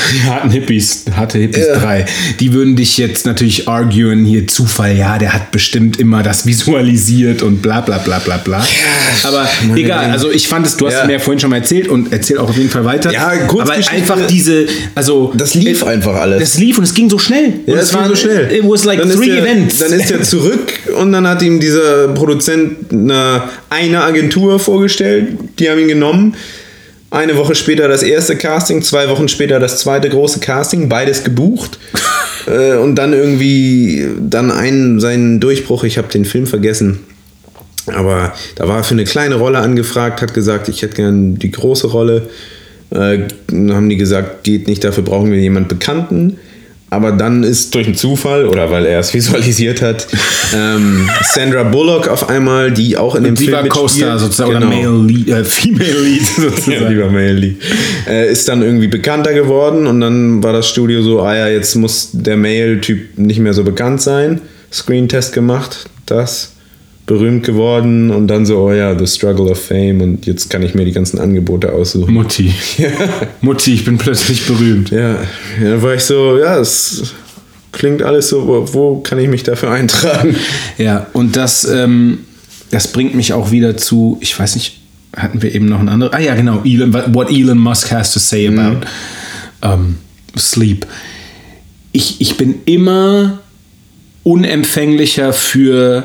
3, die würden dich jetzt natürlich arguen, hier Zufall, ja, der hat bestimmt immer das visualisiert und bla bla bla bla bla. Ja, aber egal, also ich fand es, du hast mir ja vorhin schon mal erzählt und erzähl auch auf jeden Fall weiter. Ja, aber einfach das lief einfach alles. Das lief und es ging so schnell. Ja, es ging so schnell. It was like 3 events. Dann ist er zurück und dann hat ihm dieser Produzent eine Agentur vorgestellt, die haben ihn genommen. Eine Woche später das erste Casting, 2 Wochen später das zweite große Casting, beides gebucht. Und dann irgendwie seinen Durchbruch, ich habe den Film vergessen. Aber da war er für eine kleine Rolle angefragt, hat gesagt, ich hätte gern die große Rolle. Dann haben die gesagt, geht nicht, dafür brauchen wir jemanden Bekannten. Aber dann ist durch einen Zufall, oder weil er es visualisiert hat, Sandra Bullock auf einmal, die auch in dem Film mitspielt. Die war Co-Star sozusagen, genau. Oder Female Lead sozusagen. Ja, lieber Male Lead. Ist dann irgendwie bekannter geworden und dann war das Studio so, jetzt muss der Male-Typ nicht mehr so bekannt sein. Screentest gemacht, berühmt geworden und dann so, the struggle of fame und jetzt kann ich mir die ganzen Angebote aussuchen. Mutti. Ja. Mutti, ich bin plötzlich berühmt. Ja, dann war ich so, es klingt alles so, wo kann ich mich dafür eintragen? Ja, und das bringt mich auch wieder zu, ich weiß nicht, hatten wir eben noch ein anderes, ja genau, what Elon Musk has to say about sleep. Ich bin immer unempfänglicher für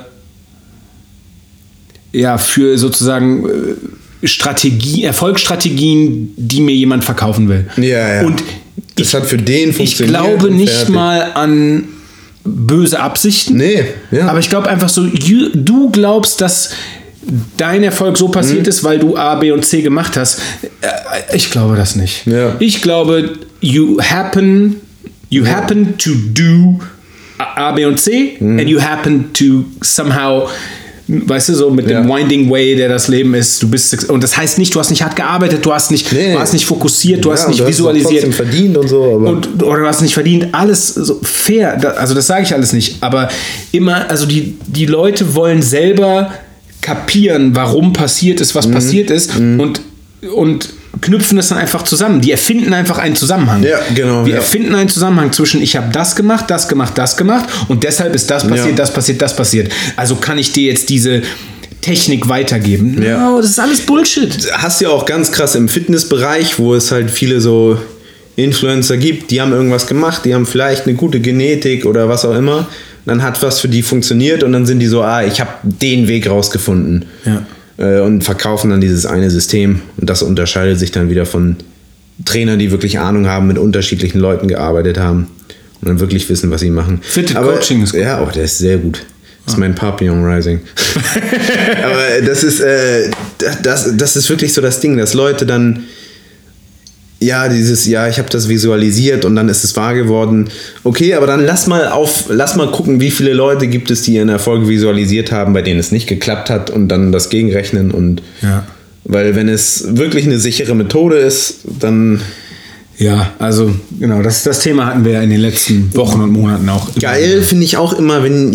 sozusagen Erfolgsstrategien, die mir jemand verkaufen will. Ja. Und das hat für den funktioniert. Ich glaube nicht mal an böse Absichten. Nee, ja. Aber ich glaube einfach so, du glaubst, dass dein Erfolg so passiert ist, weil du A, B und C gemacht hast. Ich glaube das nicht. Ja. Ich glaube, you happen to do A, B und C and you happen to somehow, weißt du, so mit dem Winding Way, der das Leben ist, und das heißt nicht, du hast nicht hart gearbeitet, du hast nicht fokussiert, du hast nicht visualisiert. Du hast verdient und so. Oder du hast nicht verdient, alles so fair, also das sage ich alles nicht, aber immer, also die Leute wollen selber kapieren, warum passiert ist, was passiert ist und knüpfen das dann einfach zusammen. Die erfinden einfach einen Zusammenhang. Ja, genau. Wir erfinden einen Zusammenhang zwischen ich habe das gemacht und deshalb ist das passiert, das passiert. Also kann ich dir jetzt diese Technik weitergeben. Ja. No, das ist alles Bullshit. Hast du ja auch ganz krass im Fitnessbereich, wo es halt viele so Influencer gibt, die haben irgendwas gemacht, die haben vielleicht eine gute Genetik oder was auch immer. Dann hat was für die funktioniert und dann sind die so, ich habe den Weg rausgefunden. Ja. Und verkaufen dann dieses eine System. Und das unterscheidet sich dann wieder von Trainern, die wirklich Ahnung haben, mit unterschiedlichen Leuten gearbeitet haben und dann wirklich wissen, was sie machen. Fitted Coaching ist gut. Ja, der ist sehr gut. Das ist mein Papillon Rising. Aber das ist wirklich so das Ding, dass Leute dann ich habe das visualisiert und dann ist es wahr geworden. Okay, aber dann lass mal gucken, wie viele Leute gibt es, die ihren Erfolg visualisiert haben, bei denen es nicht geklappt hat und dann das gegenrechnen und weil wenn es wirklich eine sichere Methode ist, dann ja, also genau, das Thema hatten wir in den letzten Wochen und Monaten auch. Geil finde ich auch immer, wenn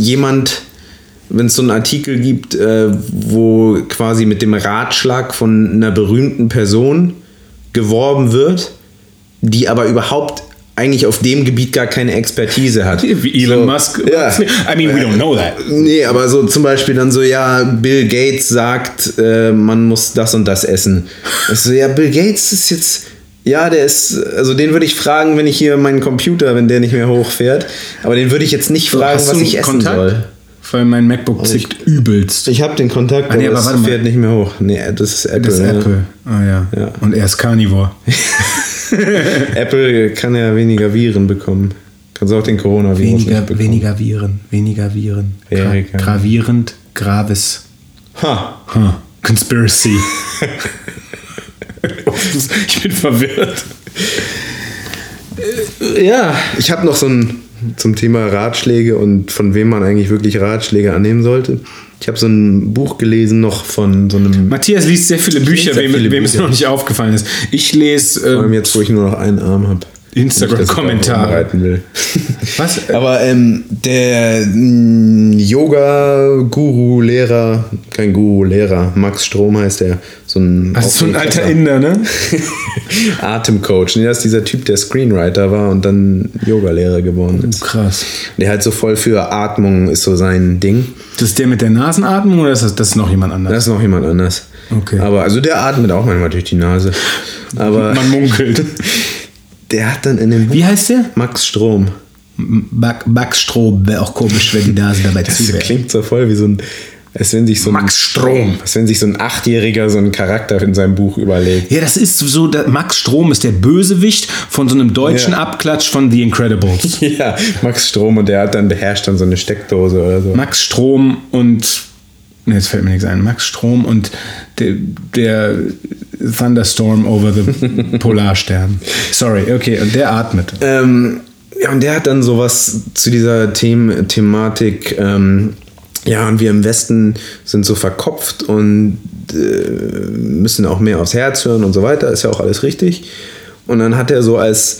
es so einen Artikel gibt, wo quasi mit dem Ratschlag von einer berühmten Person geworben wird, die aber überhaupt eigentlich auf dem Gebiet gar keine Expertise hat. Wie Elon Musk. Ja. I mean, we don't know that. Nee, aber so zum Beispiel dann so, Bill Gates sagt, man muss das und das essen. Also, Bill Gates ist jetzt, also den würde ich fragen, wenn ich hier meinen Computer, wenn der nicht mehr hochfährt, aber den würde ich jetzt nicht fragen, was ich essen soll. Weil mein MacBook zickt übelst. Ich habe den Kontakt, aber es fährt nicht mehr hoch. Nee, das ist Apple. Das ist Apple. Ja. Und er ist Carnivore. Apple kann ja weniger Viren bekommen. Kannst auch den Coronavirus weniger Viren. Gravierend. Gravis. Conspiracy. Ich bin verwirrt. Ja, ich habe noch zum Thema Ratschläge und von wem man eigentlich wirklich Ratschläge annehmen sollte. Ich habe so ein Buch gelesen noch von so einem... Matthias liest sehr viele Bücher, wem es noch nicht aufgefallen ist. Ich lese... Vor allem jetzt, wo ich nur noch einen Arm habe. Instagram-Kommentare. Was? Aber der Yoga-Guru-Lehrer, kein Guru-Lehrer, Max Strom heißt der. So ein alter Inder, ne? Atemcoach. Nee, das ist dieser Typ, der Screenwriter war und dann Yoga-Lehrer geworden ist. Krass. Der halt so voll für Atmung ist so sein Ding. Das ist der mit der Nasenatmung oder ist das noch jemand anders? Das ist noch jemand anders. Okay. Aber also der atmet auch manchmal durch die Nase. Aber man munkelt. Der hat dann in dem Buch... Wie heißt der? Max Strom. Max Strom wäre auch komisch, wenn die Nase dabei zu wäre. Das klingt so voll wie so ein... Als wenn sich so Max Strom. Als wenn sich so ein 8-Jähriger so einen Charakter in seinem Buch überlegt. Ja, das ist so... Max Strom ist der Bösewicht von so einem deutschen Abklatsch von The Incredibles. Ja, Max Strom und der beherrscht dann so eine Steckdose oder so. Max Strom und... Jetzt fällt mir nichts ein. Max Strom und der Thunderstorm over the Polarstern. Sorry, okay, und der atmet. Ja, und der hat dann sowas zu dieser Thematik, ja, und wir im Westen sind so verkopft und müssen auch mehr aufs Herz hören und so weiter, ist ja auch alles richtig. Und dann hat er so als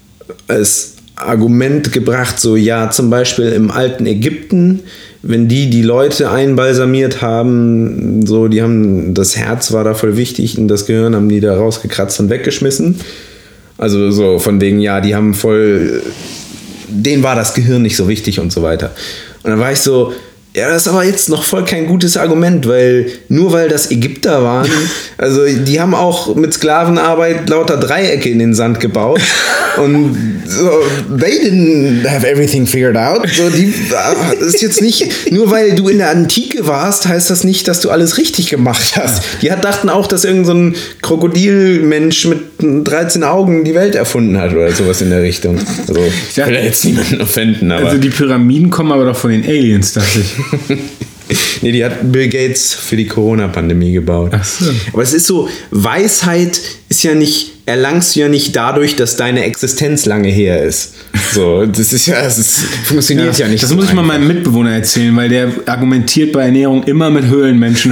Argument gebracht, so ja, zum Beispiel im alten Ägypten, wenn die Leute einbalsamiert haben, so, die haben, das Herz war da voll wichtig und das Gehirn haben die da rausgekratzt und weggeschmissen. Also so von wegen, ja, die haben voll, denen war das Gehirn nicht so wichtig und so weiter. Und dann war ich so, ja, das ist aber jetzt noch voll kein gutes Argument, weil nur weil das Ägypter waren, also die haben auch mit Sklavenarbeit lauter Dreiecke in den Sand gebaut und so, they didn't have everything figured out. So, das ist jetzt nicht, nur weil du in der Antike warst, heißt das nicht, dass du alles richtig gemacht hast. Die dachten auch, dass irgend so ein Krokodilmensch mit 13 Augen die Welt erfunden hat oder sowas in der Richtung. Also, ich will ja jetzt niemanden offenden, aber... Also die Pyramiden kommen aber doch von den Aliens, dachte ich. Nee, die hat Bill Gates für die Corona-Pandemie gebaut. Ach so. Aber es ist so, Weisheit ist ja nicht, erlangst du ja nicht dadurch, dass deine Existenz lange her ist. So, das funktioniert ja nicht. Das muss ich mal meinem Mitbewohner erzählen, weil der argumentiert bei Ernährung immer mit Höhlenmenschen.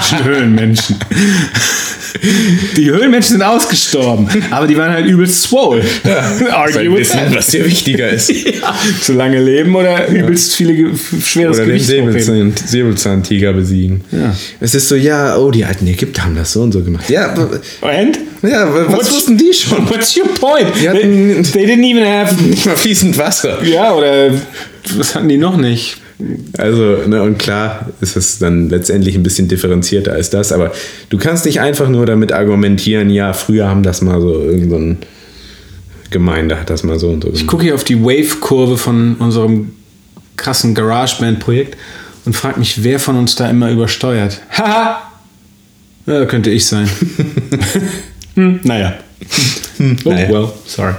Die Höhlenmenschen sind ausgestorben, aber die waren halt übelst swole. Ja, wissen, was dir wichtiger ist. Ja. So lange leben oder übelst viele schweres oder Gewicht. Den Säbelzahntiger besiegen. Ja. Es ist so, ja, oh, die alten Ägypter haben das so und so gemacht. Ja, and? Ja, was wussten die schon? What's your point? They didn't even have... Nicht mal fließend Wasser. Ja, oder was hatten die noch nicht? Also, ne, und klar ist es dann letztendlich ein bisschen differenzierter als das, aber du kannst nicht einfach nur damit argumentieren, ja, früher haben das mal so irgendeine Gemeinde hat das mal so und so gemacht. Ich gucke hier auf die Wave-Kurve von unserem krassen GarageBand-Projekt und frage mich, wer von uns da immer übersteuert. Haha! Ja, könnte ich sein. Naja. Oh, well, sorry.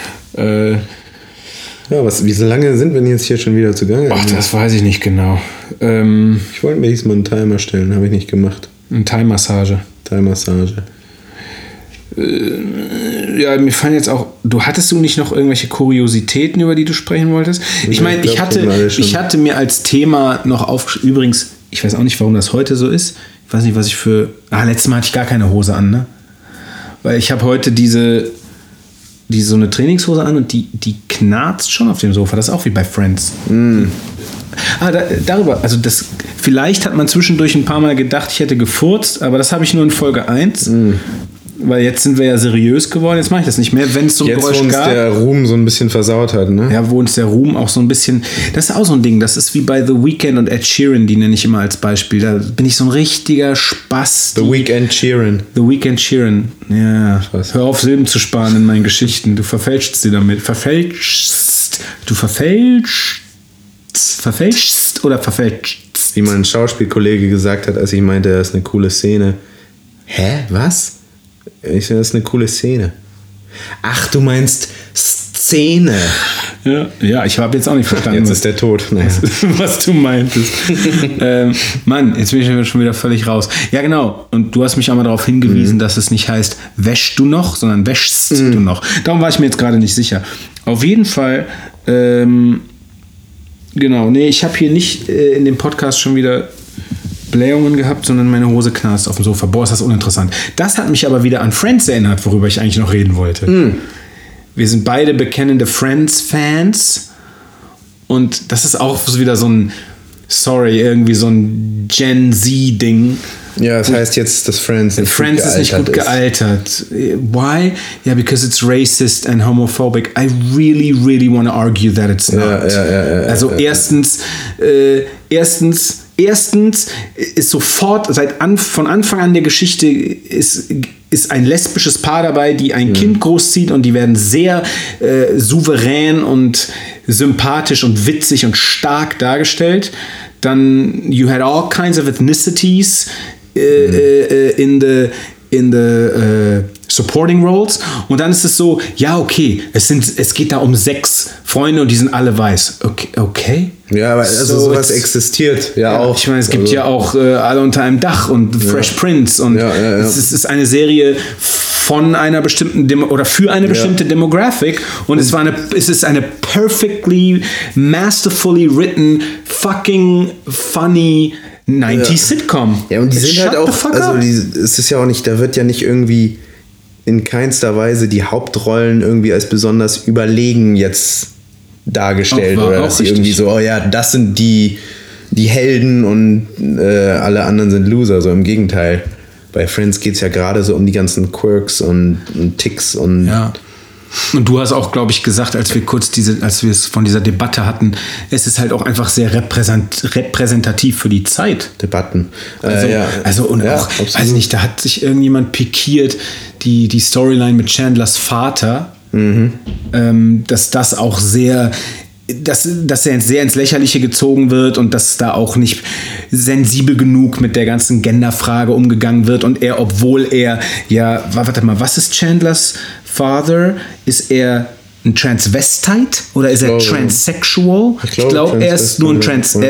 Ja, wie so lange sind wir jetzt hier schon wieder zugange? Ach, das weiß ich nicht genau. Ich wollte mir diesmal einen Timer stellen, habe ich nicht gemacht. Eine Thai-Massage. Ja, mir fallen jetzt auch... Hattest du nicht noch irgendwelche Kuriositäten, über die du sprechen wolltest? Ich meine, ich hatte mir als Thema noch aufgeschrieben... Übrigens, ich weiß auch nicht, warum das heute so ist. Ich weiß nicht, was ich für... letztes Mal hatte ich gar keine Hose an, ne? Weil ich habe heute so eine Trainingshose an und die knarzt schon auf dem Sofa. Das ist auch wie bei Friends. Darüber, also vielleicht hat man zwischendurch ein paar Mal gedacht, ich hätte gefurzt, aber das habe ich nur in Folge 1. Weil jetzt sind wir ja seriös geworden, jetzt mache ich das nicht mehr, wenn es so ein Geräusch gab. Jetzt, wo uns der Ruhm so ein bisschen versaut hat, ne? Ja, wo uns der Ruhm auch so ein bisschen... Das ist auch so ein Ding, das ist wie bei The Weeknd und Ed Sheeran, die nenne ich immer als Beispiel. Da bin ich so ein richtiger Spaß. The Weeknd Sheeran. Ja, krass. Hör auf, Silben zu sparen in meinen Geschichten. Du verfälschst sie damit. Verfälschst oder verfälscht? Wie mein Schauspielkollege gesagt hat, als ich meinte, das ist eine coole Szene. Hä? Was? Ich finde, das ist eine coole Szene. Ach, du meinst Szene. Ja, ich habe jetzt auch nicht verstanden. Jetzt ist der tot. Naja. Was du meintest. Mann, jetzt bin ich schon wieder völlig raus. Ja, genau. Und du hast mich auch mal darauf hingewiesen, dass es nicht heißt, wäschst du noch, sondern wäschst du noch. Darum war ich mir jetzt gerade nicht sicher. Auf jeden Fall, genau, nee, ich habe hier nicht in dem Podcast schon wieder Blähungen gehabt, sondern meine Hose knarzt auf dem Sofa. Boah, ist das uninteressant. Das hat mich aber wieder an Friends erinnert, worüber ich eigentlich noch reden wollte. Wir sind beide bekennende Friends-Fans und das ist auch wieder so ein, irgendwie so ein Gen-Z-Ding. Ja, das heißt jetzt, dass Friends ist nicht gut gealtert. Why? Yeah, because it's racist and homophobic. I really, really want to argue that it's not. Also erstens ist sofort, von Anfang an der Geschichte ist ein lesbisches Paar dabei, die ein Kind großzieht und die werden sehr souverän und sympathisch und witzig und stark dargestellt. Dann you had all kinds of ethnicities in the supporting roles und dann ist es so, ja okay, es geht da um 6 Freunde und die sind alle weiß. Okay. Ja, aber also sowas existiert ja auch. Ich meine, es gibt ja auch alle unter einem Dach und Fresh Prince und es ist eine Serie von einer bestimmten für eine bestimmte Demographic und es ist eine perfectly, masterfully written, fucking funny 90s Sitcom. Ja, und die sind halt auch, es ist ja auch nicht, da wird ja nicht irgendwie in keinster Weise die Hauptrollen irgendwie als besonders überlegen jetzt dargestellt oder dass sie irgendwie so, oh ja, das sind die Helden und alle anderen sind Loser, so im Gegenteil. Bei Friends geht es ja gerade so um die ganzen Quirks und Ticks und... Ja. Und du hast auch, glaube ich, gesagt, als wir es von dieser Debatte hatten, es ist halt auch einfach sehr repräsentativ für die Zeit. Debatten. Auch, absolut. Weiß nicht, da hat sich irgendjemand pikiert, die Storyline mit Chandlers Vater, dass das auch sehr... Dass er sehr ins Lächerliche gezogen wird und dass da auch nicht sensibel genug mit der ganzen Genderfrage umgegangen wird und er, obwohl er, warte mal, was ist Chandlers Father? Ist er ein Transvestite oder ist er transsexual? Ich glaube, er ist nur ein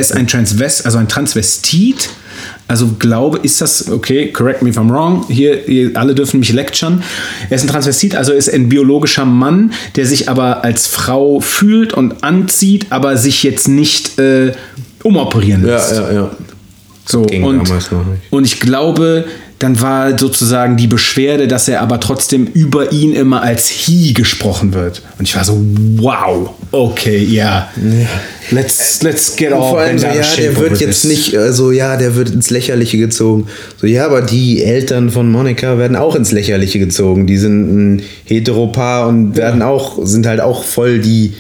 Transvestit. Also ist das, okay, correct me if I'm wrong, hier alle dürfen mich lecturen. Er ist ein Transvestit, also ist ein biologischer Mann, der sich aber als Frau fühlt und anzieht, aber sich jetzt nicht umoperieren lässt. Ja. So, und ich glaube, dann war sozusagen die Beschwerde, dass er aber trotzdem über ihn immer als he gesprochen wird. Und ich war so, wow, okay, yeah. Let's get off. Vor allem so, der wird jetzt nicht, der wird ins Lächerliche gezogen. So, ja, aber die Eltern von Monica werden auch ins Lächerliche gezogen. Die sind ein Heteropaar und sind halt auch voll die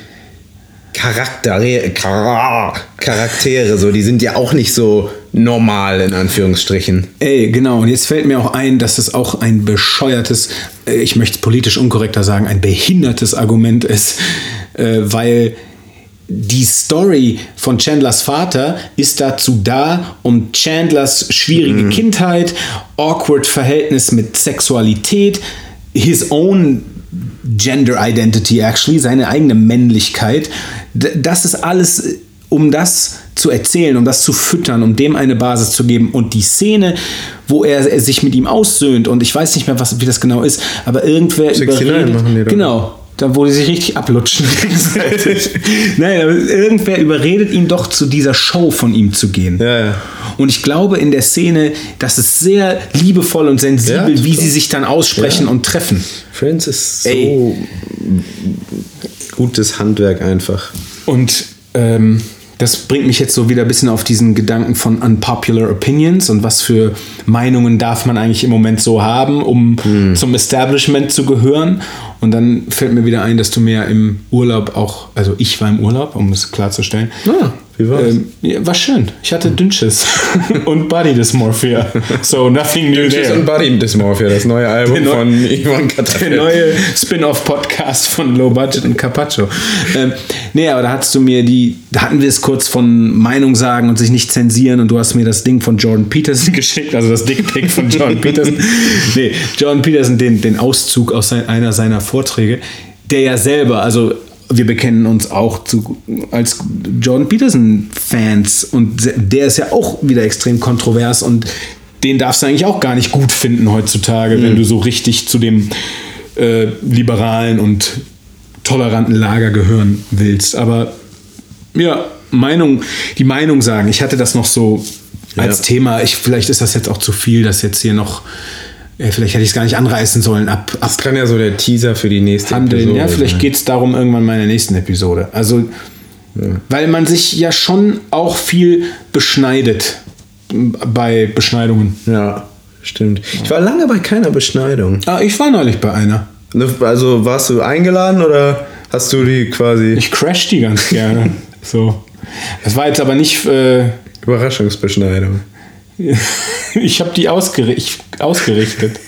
Charaktere, so, die sind ja auch nicht so normal, in Anführungsstrichen. Ey, genau, und jetzt fällt mir auch ein, dass es auch ein bescheuertes, ich möchte es politisch unkorrekter sagen, ein behindertes Argument ist, weil die Story von Chandlers Vater ist dazu da, um Chandlers schwierige Kindheit, awkward Verhältnis mit Sexualität, his own gender identity actually, seine eigene Männlichkeit. Das ist alles, um das zu erzählen, um das zu füttern, um dem eine Basis zu geben. Und die Szene, wo er sich mit ihm aussöhnt, und ich weiß nicht mehr, wie das genau ist, aber irgendwer überredet... Genau. Da, wo die sich richtig ablutschen. Nein, aber irgendwer überredet ihn doch, zu dieser Show von ihm zu gehen. Ja. Und ich glaube in der Szene, das ist sehr liebevoll und sensibel, wie sie sich dann aussprechen und treffen. Friends ist so gutes Handwerk einfach. Und das bringt mich jetzt so wieder ein bisschen auf diesen Gedanken von unpopular opinions und was für Meinungen darf man eigentlich im Moment so haben, um zum Establishment zu gehören. Und dann fällt mir wieder ein, dass du mir ja im Urlaub auch, also ich war im Urlaub, um es klarzustellen. Wie war's? War schön. Ich hatte Dünnschiss und Body Dysmorphia. So, nothing new Dünnschiss there. und Body Dysmorphia, das neue Album von Ivan Katafel. Der neue Spin-off-Podcast von Low Budget und Carpaccio. Aber da hatten wir es kurz von Meinung sagen und sich nicht zensieren und du hast mir das Ding von Jordan Peterson geschickt, also das Dickpick von Jordan Peterson. Jordan Peterson, den Auszug aus einer seiner Vorträge, der ja selber, also wir bekennen uns auch als Jordan Peterson-Fans und der ist ja auch wieder extrem kontrovers und den darfst du eigentlich auch gar nicht gut finden heutzutage, wenn du so richtig zu dem liberalen und toleranten Lager gehören willst. Aber ja, die Meinung sagen. Ich hatte das noch so als Thema. Vielleicht ist das jetzt auch zu viel, dass jetzt hier noch, vielleicht hätte ich es gar nicht anreißen sollen. Das kann ja so der Teaser für die nächste Episode. Ja, vielleicht geht es darum irgendwann mal in der nächsten Episode. Also, weil man sich ja schon auch viel beschneidet bei Beschneidungen. Ja, stimmt. Ich war lange bei keiner Beschneidung. Ich war neulich bei einer. Also warst du eingeladen oder hast du die quasi... Ich crash die ganz gerne. So. Das war jetzt aber nicht... Überraschungsbeschneidung. Ich habe die ausgerichtet.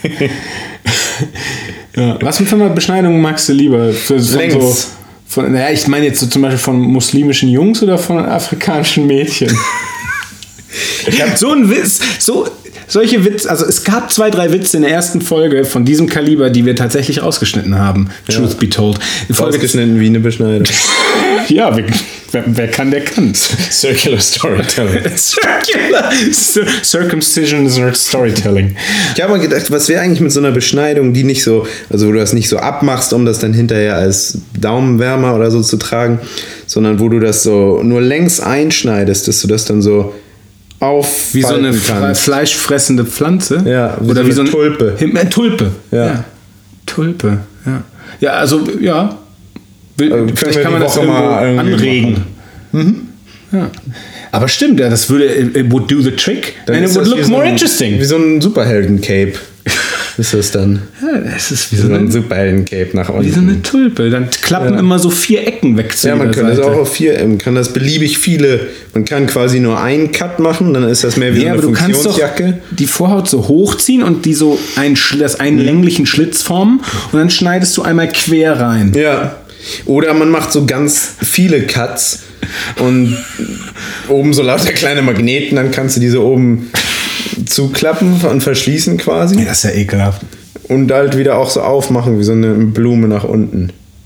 Ja. Was für eine Beschneidung magst du lieber? Ich meine jetzt so zum Beispiel von muslimischen Jungs oder von afrikanischen Mädchen? Ich habe so einen Witz, solche Witze, also es gab 2, 3 Witze in der ersten Folge von diesem Kaliber, die wir tatsächlich rausgeschnitten haben. Truth be told. Ausgeschnitten wie eine Beschneidung. Ja, wer kann, der kann. Circular Storytelling. Circumcision Storytelling. Ich habe mal gedacht, was wäre eigentlich mit so einer Beschneidung, die nicht so, also wo du das nicht so abmachst, um das dann hinterher als Daumenwärmer oder so zu tragen, sondern wo du das so nur längs einschneidest, dass du das dann so wie so eine fleischfressende Pflanze? Ja, oder wie so eine Tulpe. Tulpe. Ja. Tulpe, ja. Ja, also, ja. Vielleicht kann man das irgendwo anregen. Ja. Aber stimmt, ja, das it would do the trick. Dann and it would look more interesting. Wie so ein Superhelden-Cape ist das dann. Ja, es ist wie so ein Superhelden-Cape nach unten. Wie so eine Tulpe. Dann klappen immer so 4 Ecken weg zu man kann Seite. Das auch auf 4, man kann das beliebig viele, man kann quasi nur einen Cut machen, dann ist das mehr wie so eine Funktionsjacke. Du kannst doch die Vorhaut so hochziehen und die so einen länglichen Schlitz formen und dann schneidest du einmal quer rein. Ja. Oder man macht so ganz viele Cuts und oben so lauter kleine Magneten, dann kannst du diese oben zuklappen und verschließen quasi. Ja, das ist ja ekelhaft. Und halt wieder auch so aufmachen, wie so eine Blume nach unten.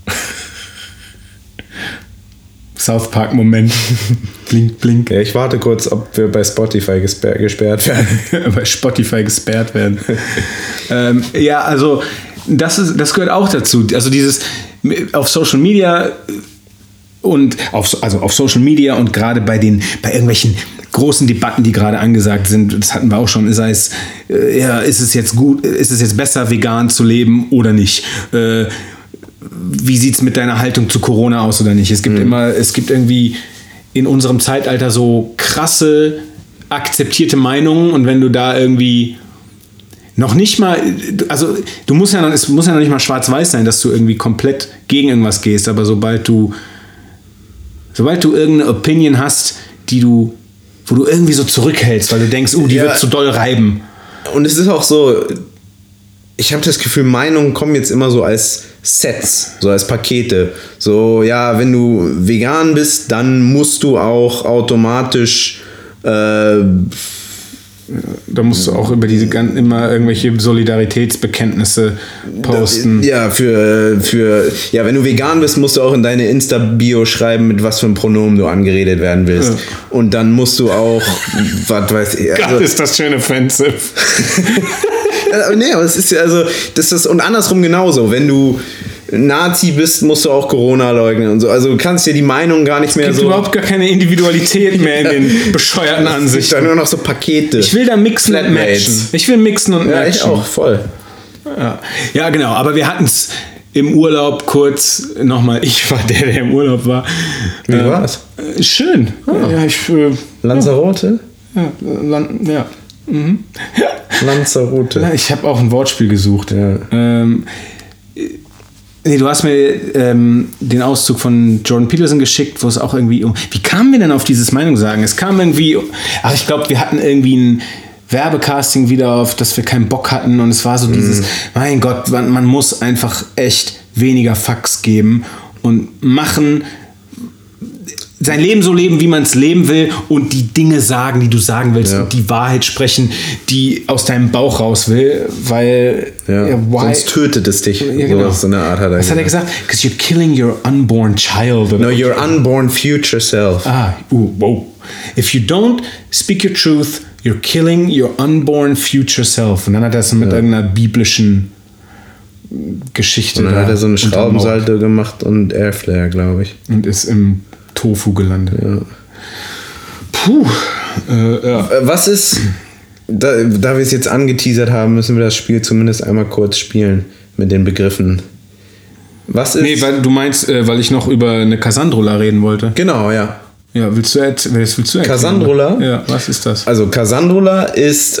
South Park-Moment. Blink, blink. Ja, ich warte kurz, ob wir bei Spotify gesperrt werden. Bei Spotify gesperrt werden. Ja, also das gehört auch dazu. Also dieses auf Social Media und auf Social Media und gerade bei irgendwelchen großen Debatten, die gerade angesagt sind, das hatten wir auch schon, sei es, ist es jetzt besser, vegan zu leben oder nicht? Wie sieht es mit deiner Haltung zu Corona aus oder nicht? Es gibt irgendwie in unserem Zeitalter so krasse, akzeptierte Meinungen und wenn du da irgendwie noch nicht mal, also es muss ja noch nicht mal schwarz-weiß sein, dass du irgendwie komplett gegen irgendwas gehst, aber sobald du irgendeine Opinion hast, wo du irgendwie so zurückhältst, weil du denkst, die wird zu doll reiben. Und es ist auch so, ich habe das Gefühl, Meinungen kommen jetzt immer so als Sets, so als Pakete. So, ja, wenn du vegan bist, dann musst du auch automatisch da musst du auch über immer irgendwelche Solidaritätsbekenntnisse posten. Ja, wenn du vegan bist, musst du auch in deine Insta-Bio schreiben, mit was für ein Pronomen du angeredet werden willst. Ja. Und dann musst du auch, was weiß ich. Gott, ist das schön offensive. Nee, aber es ist und andersrum genauso. Wenn du Nazi bist, musst du auch Corona leugnen und so. Also du kannst dir die Meinung gar nicht mehr so... Es gibt überhaupt gar keine Individualität mehr in den bescheuerten Ansichten. Es gibt da nur noch so Pakete. Ich will da mixen und matchen. Ich will mixen und matchen. Ja, ich auch, voll. Ja, genau. Aber wir hatten es im Urlaub kurz nochmal. Ich war der im Urlaub war. Wie war's? Schön. Lanzarote? Ja. Mhm. Lanzarote. Ich habe auch ein Wortspiel gesucht. Ja. Nee, du hast mir den Auszug von Jordan Peterson geschickt, wo es auch irgendwie wie kamen wir denn auf dieses Meinungssagen? Es kam irgendwie, ich glaube, wir hatten irgendwie ein Werbecasting wieder, auf das wir keinen Bock hatten und es war so dieses, mein Gott, man muss einfach echt weniger Fax geben und machen. sein Leben so leben, wie man es leben will und die Dinge sagen, die du sagen willst und die Wahrheit sprechen, die aus deinem Bauch raus will, weil sonst tötet es dich. Genau. So eine Art hat er Was hat er gesagt? Because you're killing your unborn child. No, your unborn future self. Wow. If you don't speak your truth, you're killing your unborn future self. Und dann hat er es mit irgendeiner biblischen Geschichte. Und dann hat er so eine Schraubensalto gemacht und Airflare, glaube ich. Und ist im Tofu gelandet. Ja. Puh. Was ist, da wir es jetzt angeteasert haben, müssen wir das Spiel zumindest einmal kurz spielen mit den Begriffen. Was ist... Nee, weil du meinst, weil ich noch über eine Cassandrola reden wollte. Genau, ja. Ja, willst du erklären? Cassandrola? Ja, was ist das? Also Cassandrola ist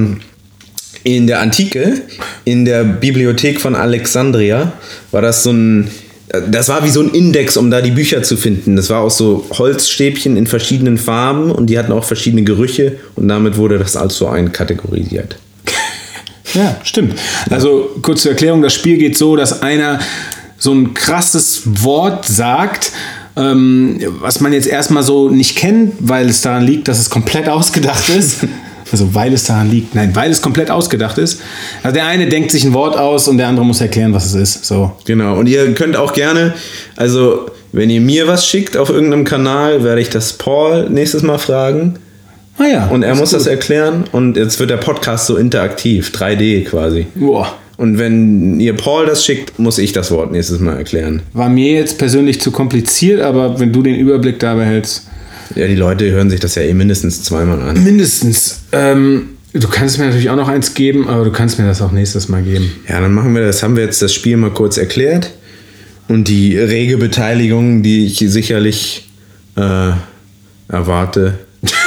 in der Antike, in der Bibliothek von Alexandria, war das das war wie so ein Index, um da die Bücher zu finden. Das war aus so Holzstäbchen in verschiedenen Farben und die hatten auch verschiedene Gerüche und damit wurde das als so einkategorisiert. Ja, stimmt. Also kurz zur Erklärung, das Spiel geht so, dass einer so ein krasses Wort sagt, was man jetzt erstmal so nicht kennt, weil es daran liegt, dass es komplett ausgedacht ist. Also weil es daran liegt. Nein, weil es komplett ausgedacht ist. Also der eine denkt sich ein Wort aus und der andere muss erklären, was es ist. So. Genau. Und ihr könnt auch gerne, also wenn ihr mir was schickt auf irgendeinem Kanal, werde ich das Paul nächstes Mal fragen. Ah ja. Und er muss das erklären. Und jetzt wird der Podcast so interaktiv, 3D quasi. Boah. Und wenn ihr Paul das schickt, muss ich das Wort nächstes Mal erklären. War mir jetzt persönlich zu kompliziert, aber wenn du den Überblick da behältst. Ja, die Leute hören sich das ja mindestens zweimal an. Mindestens. Du kannst mir natürlich auch noch eins geben, aber du kannst mir das auch nächstes Mal geben. Ja, dann machen wir das. Haben wir jetzt das Spiel mal kurz erklärt. Und die rege Beteiligung, die ich sicherlich erwarte.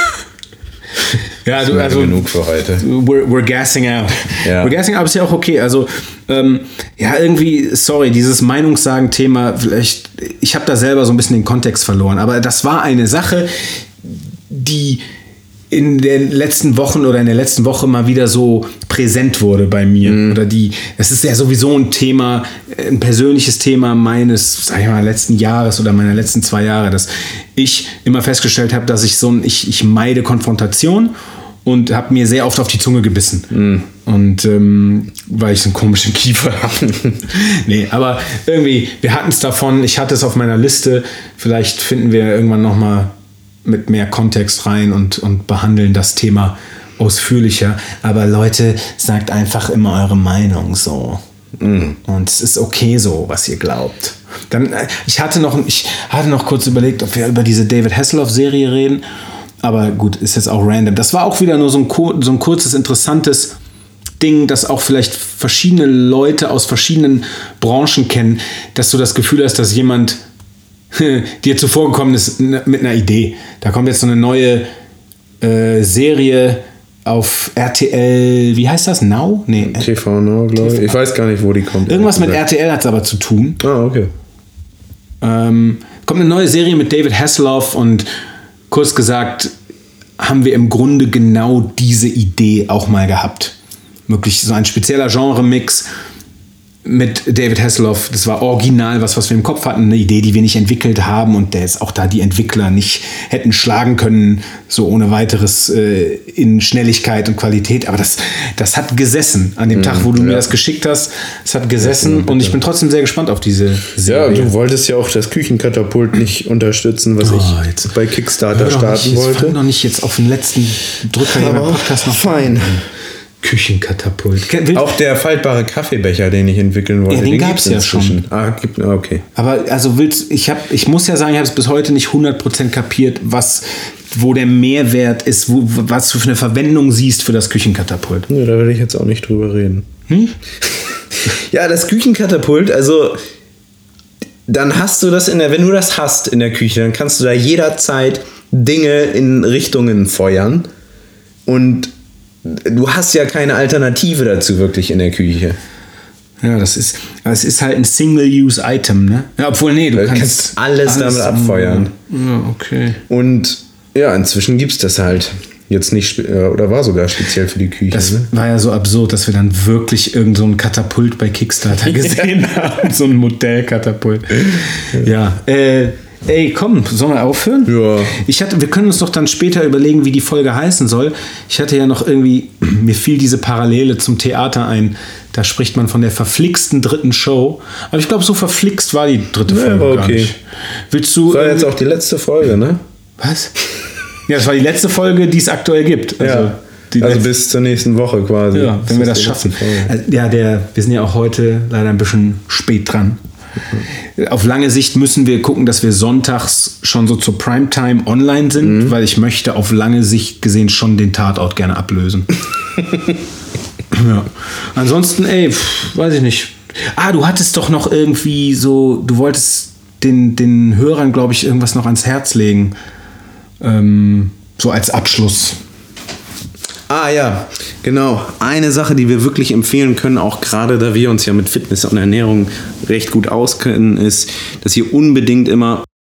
Ja, also genug für heute. We're gassing out. Ja. We're gassing out ist ja auch okay. Also, irgendwie, sorry, dieses Meinungssagen-Thema, vielleicht, ich habe da selber so ein bisschen den Kontext verloren, aber das war eine Sache, die in den letzten Wochen oder in der letzten Woche mal wieder so präsent wurde bei mir. Oder das ist ja sowieso ein Thema, ein persönliches Thema meines, sag ich mal, letzten Jahres oder meiner letzten 2 Jahre, dass ich immer festgestellt habe, dass ich meide Konfrontation und habe mir sehr oft auf die Zunge gebissen. Und weil ich so einen komischen Kiefer habe. Nee, aber irgendwie, wir hatten es davon, ich hatte es auf meiner Liste, vielleicht finden wir irgendwann nochmal mit mehr Kontext rein und behandeln das Thema ausführlicher. Aber Leute, sagt einfach immer eure Meinung so. Und es ist okay so, was ihr glaubt. Dann, ich hatte noch kurz überlegt, ob wir über diese David Hasselhoff-Serie reden. Aber gut, ist jetzt auch random. Das war auch wieder nur so ein kurzes, interessantes Ding, das auch vielleicht verschiedene Leute aus verschiedenen Branchen kennen, dass du das Gefühl hast, dass jemand dir zuvorgekommen ist mit einer Idee. Da kommt jetzt so eine neue Serie auf RTL, wie heißt das? Now? Nee. TV Now, glaube ich. Ich weiß gar nicht, wo die kommt. Irgendwas mit RTL hat es aber zu tun. Ah, okay. Kommt eine neue Serie mit David Hasselhoff und kurz gesagt haben wir im Grunde genau diese Idee auch mal gehabt. Wirklich so ein spezieller Genre-Mix mit David Hasselhoff. Das war original was wir im Kopf hatten, eine Idee, die wir nicht entwickelt haben und der ist auch da die Entwickler nicht hätten schlagen können, so ohne weiteres in Schnelligkeit und Qualität. Aber das hat gesessen an dem Tag, wo du mir das geschickt hast. Es hat gesessen und ich bin trotzdem sehr gespannt auf diese Serie. Ja, du wolltest ja auch das Küchenkatapult nicht unterstützen, was ich bei Kickstarter starten wollte. Ich fand noch nicht jetzt auf den letzten Drücker hier beim Podcast noch. Fein. Küchenkatapult. Auch der faltbare Kaffeebecher, den ich entwickeln wollte. Ja, den gab es ja schon. Okay. Aber also ich muss ja sagen, ich habe es bis heute nicht 100% kapiert, wo der Mehrwert ist, was du für eine Verwendung siehst für das Küchenkatapult. Ja, da will ich jetzt auch nicht drüber reden. Ja, das Küchenkatapult, also dann hast du das wenn du das hast in der Küche, dann kannst du da jederzeit Dinge in Richtungen feuern und du hast ja keine Alternative dazu wirklich in der Küche. Ja, es ist halt ein Single-Use-Item, ne? Ja, obwohl, nee, du kannst alles damit abfeuern. Ja, okay. Und ja, inzwischen gibt's das halt. Jetzt nicht, oder war sogar speziell für die Küche. Das war ja so absurd, dass wir dann wirklich irgend so ein Katapult bei Kickstarter gesehen haben. So ein Modellkatapult. Ja, Ey, komm, sollen wir aufhören? Ja. Wir können uns doch dann später überlegen, wie die Folge heißen soll. Ich hatte ja noch irgendwie, mir fiel diese Parallele zum Theater ein. Da spricht man von der verflixten dritten Show. Aber ich glaube, so verflixt war die dritte Folge okay. gar nicht. Willst du... Das war jetzt auch die letzte Folge, ne? Was? Ja, das war die letzte Folge, die es aktuell gibt. Also bis zur nächsten Woche quasi. Ja, wenn wir das schaffen. Ja, wir sind ja auch heute leider ein bisschen spät dran. Auf lange Sicht müssen wir gucken, dass wir sonntags schon so zur Primetime online sind, weil ich möchte auf lange Sicht gesehen schon den Tatort gerne ablösen. Ja. Ansonsten, weiß ich nicht. Du hattest doch noch irgendwie so, du wolltest den Hörern, glaube ich, irgendwas noch ans Herz legen. So als Abschluss. Ja, genau. Eine Sache, die wir wirklich empfehlen können, auch gerade da wir uns ja mit Fitness und Ernährung recht gut auskennen, ist, dass ihr unbedingt immer